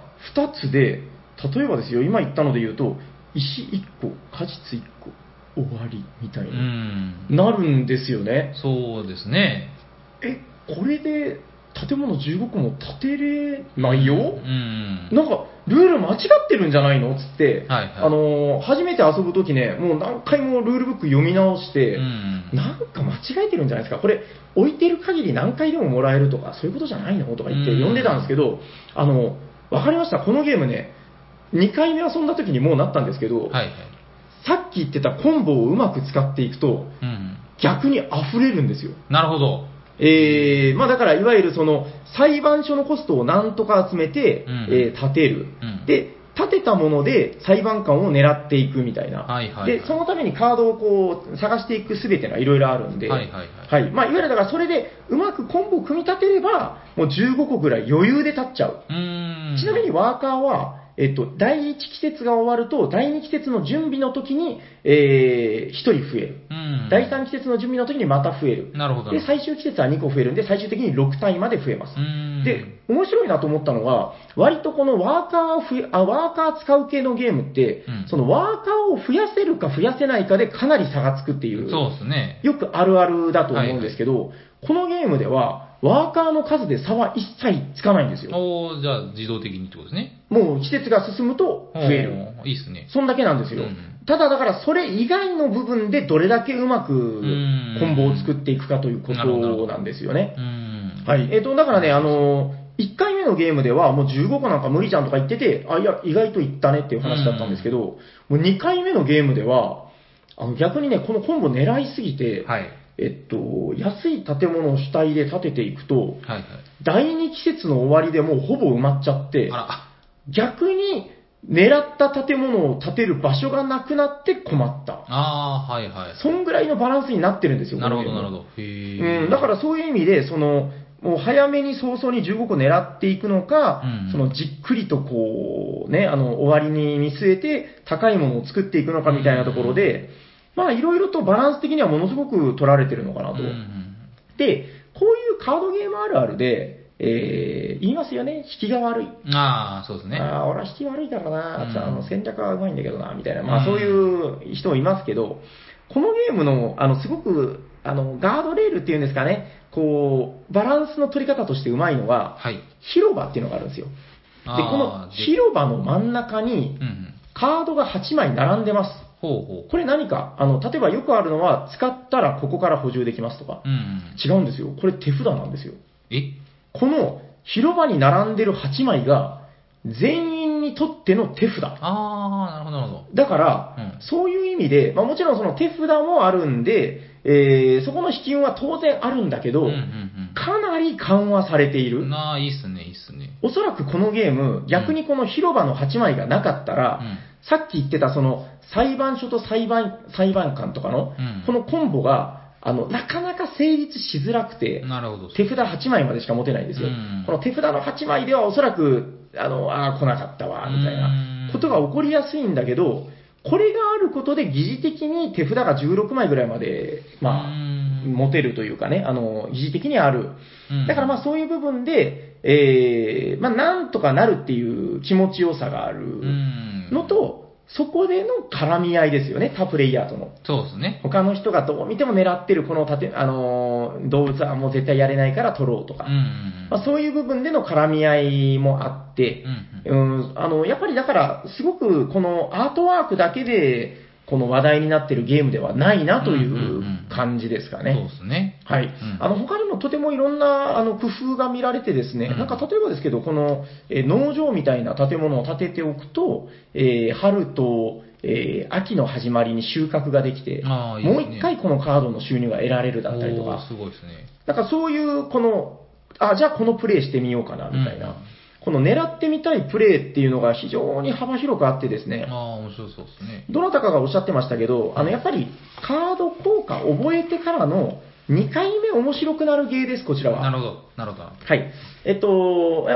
、2つで、例えばですよ、今言ったので言うと、石1個、果実1個、終わりみたいになるんですよね。 そうですね。 これで建物15個も建てれないよ、なんかルール間違ってるんじゃないのつって、初めて遊ぶときね、もう何回もルールブック読み直して、なんか間違えてるんじゃないですか、これ、置いてる限り何回でももらえるとか、そういうことじゃないのとか言って読んでたんですけど、わかりました、このゲームね、2回目遊んだときにもうなったんですけど、さっき言ってたコンボをうまく使っていくと、逆に溢れるんですよ。 なるほど。 だからいわゆるその裁判所のコストをなんとか集めて、建てる、で建てたもので裁判官を狙っていくみたいな、でそのためにカードをこう探していくすべてがいろいろあるんで、いわゆるだからそれでうまくコンボを組み立てればもう15個ぐらい余裕で立っちゃう。ちなみにワーカーは第1季節が終わると、第2季節の準備の時に、1人増える。第3季節の準備の時にまた増える。 なるほど。 で、最終季節は2個増えるんで、最終的に6単位まで増えます。で、面白いなと思ったのが、割とこのワーカー使う系のゲームって、そのワーカーを増やせるか増やせないかでかなり差がつくっていう、 そうですね。 よくあるあるだと思うんですけど、このゲームでは、ワーカーの数で差は一切つかないんですよ。 じゃあ自動的にってことですね。 もう季節が進むと増える。 いいですね。 そんだけなんですよ。ただだからそれ以外の部分でどれだけうまくコンボを作っていくかということなんですよね。はい。だからね、1回目のゲームではもう15個なんか無理じゃんとか言ってて、いや、意外といったねっていう話だったんですけど、もう2回目のゲームでは、逆にね、このコンボ狙いすぎて、安い建物を主体で建てていくと、第2季節の終わりでもうほぼ埋まっちゃって、逆に狙った建物を建てる場所がなくなって困った。 ああ、はいはい。 そんぐらいのバランスになってるんですよ。 なるほど、なるほど。 だからそういう意味で、もう早めに早々に15個狙っていくのか、じっくりとこう、ね、終わりに見据えて高いものを作っていくのかみたいなところで、まあいろいろとバランス的にはものすごく取られてるのかなと。で、こういうカードゲームあるあるで、言いますよね、引きが悪い。 ああ、そうですね。 ああ、俺は引き悪いからな、戦略はうまいんだけどな、みたいな、まあそういう人もいますけど、このゲームの、すごく、ガードレールっていうんですかね、こう、バランスの取り方としてうまいのは、 はい、 広場っていうのがあるんですよ。で、この広場の真ん中に、カードが8枚並んでます。これ何か、例えばよくあるのは、使ったらここから補充できますとか、違うんですよ。これ手札なんですよ。この広場に並んでる8枚が、全員にとっての手札。 ああ、なるほど、なるほど。 だから、そういう意味で、まあもちろんその手札もあるんで、そこの引き運は当然あるんだけど、かなり緩和されている。 いいっすね、いいっすね。 おそらくこのゲーム、逆にこの広場の8枚がなかったら、さっき言ってたその裁判所と裁判官とかの、このコンボが、なかなか成立しづらくて、手札8枚までしか持てないんですよ。この手札の8枚ではおそらく、来なかったわ、みたいなことが起こりやすいんだけど、これがあることで疑似的に手札が16枚ぐらいまで、まあ、持てるというかね、疑似的にある。だからまあそういう部分で、まあなんとかなるっていう気持ちよさがあるのと、そこでの絡み合いですよね、他プレイヤーとの。 そうですね。 他の人がどう見ても狙ってるこの動物はもう絶対やれないから取ろうとか。まあ、そういう部分での絡み合いもあって、やっぱりだから、すごくこのアートワークだけで、この話題になってるゲームではないなという感じですかね。 そうですね。 はい。他にもとてもいろんな工夫が見られてですね、なんか例えばですけど、この農場みたいな建物を建てておくと、春と秋の始まりに収穫ができて、いいですね、もう一回このカードの収入が得られるだったりとか、 すごいですね。 なんかそういうこの、じゃあこのプレイしてみようかなみたいな。この狙ってみたいプレイっていうのが非常に幅広くあってですね。 面白そうですね。 どなたかがおっしゃってましたけど、やっぱりカード効果覚えてからの2回目面白くなるゲーです、こちらは。 なるほど、なるほど。 はい。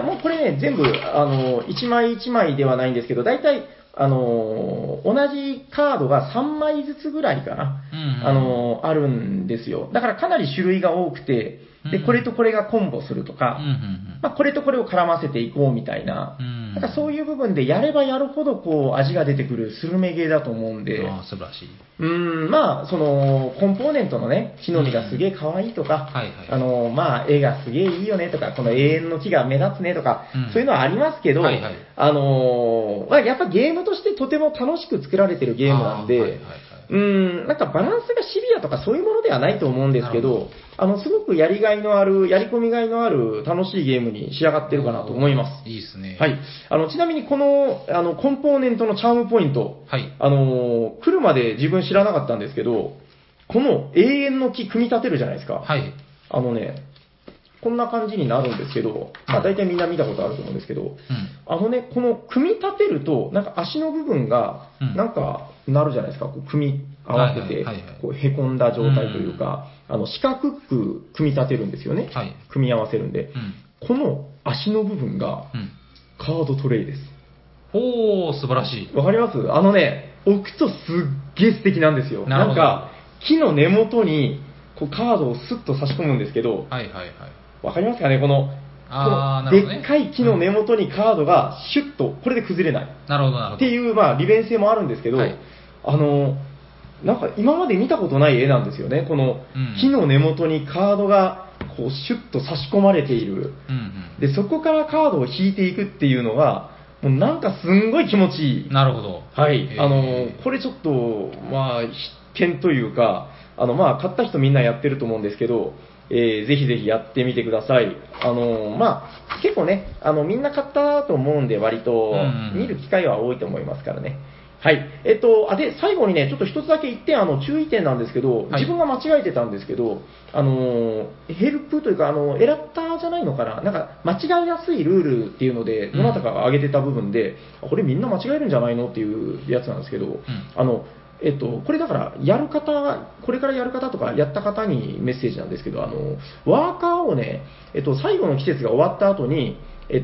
もうこれね、全部、1枚1枚ではないんですけど、大体、同じカードが3枚ずつぐらいかな、あるんですよ。だからかなり種類が多くて、で、これとこれがコンボするとか、まあ、これとこれを絡ませていこうみたいな、なんかそういう部分でやればやるほどこう味が出てくるスルメゲーだと思うんで、 素晴らしい。 まあ、その、コンポーネントのね、木の実がすげえ可愛いとか、まあ、絵がすげえいいよねとか、この永遠の木が目立つねとか、そういうのはありますけど、まあ、やっぱゲームとしてとても楽しく作られてるゲームなんで、なんかバランスがシビアとかそういうものではないと思うんですけど、すごくやりがいのある、やり込みがいのある楽しいゲームに仕上がってるかなと思います。 いいですね。 はい。ちなみにこの、コンポーネントのチャームポイント、 はい。 来るまで自分知らなかったんですけど、この永遠の木組み立てるじゃないですか。 はい。 こんな感じになるんですけど、まあ大体みんな見たことあると思うんですけど、この組み立てると、なんか足の部分が、なんかなるじゃないですか、こう組み合わせて、こうへこんだ状態というか、四角く組み立てるんですよね。 はい、 組み合わせるんで。この足の部分が、カードトレイです。 素晴らしい。 わかります？置くとすっげえ素敵なんですよ。なんか、木の根元に、こうカードをスッと差し込むんですけど、わかりますかね、このでっかい木の根元にカードがシュッと、これで崩れない。 なるほど、なるほど。 っていう、まあ、利便性もあるんですけど、なんか今まで見たことない絵なんですよね。この木の根元にカードがこうシュッと差し込まれている。で、そこからカードを引いていくっていうのが、もうなんかすんごい気持ちいい。 なるほど。 はい。これちょっと、まあ、必見というか、まあ、買った人みんなやってると思うんですけど、ぜひぜひやってみてください。まあ、結構ね、みんな買ったと思うんで、割と見る機会は多いと思いますからね。 はい。で、最後にね、ちょっと一つだけ一点、注意点なんですけど、自分が間違えてたんですけど、ヘルプというか、エラッターじゃないのかな、なんか、間違いやすいルールっていうので、どなたかが挙げてた部分で、これみんな間違えるんじゃないのっていうやつなんですけど、これだから、やる方、これからやる方とか、やった方にメッセージなんですけど、ワーカーをね、最後の季節が終わった後に、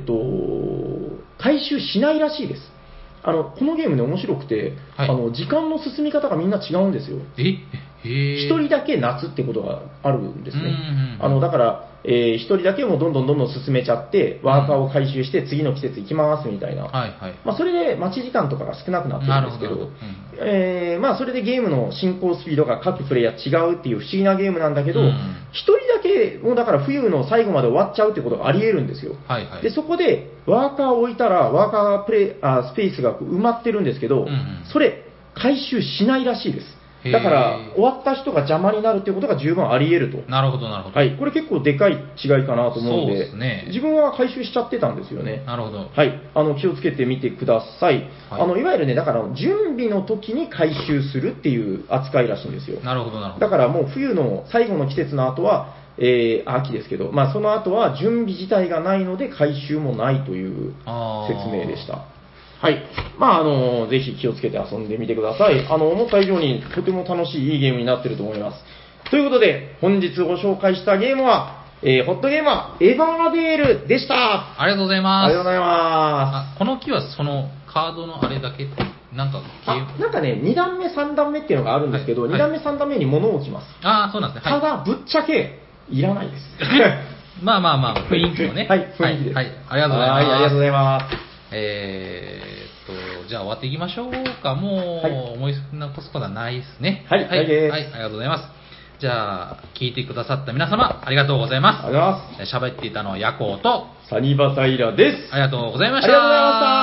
回収しないらしいです。このゲームね、面白くて、はい、時間の進み方がみんな違うんですよ。一人だけ夏ってことがあるんですね。だから、一人だけもうどんどん進めちゃって、ワーカーを回収して次の季節行きますみたいな。まあ、それで待ち時間とかが少なくなってるんですけど、まあ、それでゲームの進行スピードが各プレイヤー違うっていう不思議なゲームなんだけど、一人だけ、もうだから冬の最後まで終わっちゃうってことがあり得るんですよ。で、そこでワーカーを置いたら、ワーカースペースが埋まってるんですけど、それ、回収しないらしいです。だから、終わった人が邪魔になるっていうことが十分あり得ると。 なるほど、なるほど。 はい。これ結構でかい違いかなと思うので、そうですね、自分は回収しちゃってたんですよね。 なるほど。 はい。気をつけてみてください。はい、いわゆるね、だから、準備の時に回収するっていう扱いらしいんですよ。 なるほど、なるほど。 だからもう冬の最後の季節の後は、秋ですけど、まあ、その後は準備自体がないので回収もないという説明でした。はい。まあ、ぜひ気をつけて遊んでみてください。思った以上にとても楽しいいいゲームになっていると思います。ということで、本日ご紹介したゲームは、ホットゲームはエヴァーデールでした。 ありがとうございます。 ありがとうございます。 この木はそのカードのあれだけなんかなんかね、2段目、3段目っていうのがあるんですけど、はい、2段目、3段目に物を置きます。 そうなんですね。 ただ、ぶっちゃけ、いらないです。 まあ、雰囲気をね。 はい、雰囲気です。 はい、ありがとうございます。 はい、ありがとうございます。 じゃあ終わっていきましょうか。もう、思い残すことはないですね。 はい、はい、 ありがとうございます。じゃあ、聞いてくださった皆様、ありがとうございます。 ありがとうございます。 喋っていたのはヤコウと、 サニバタイラです。 ありがとうございました。 ありがとうございました。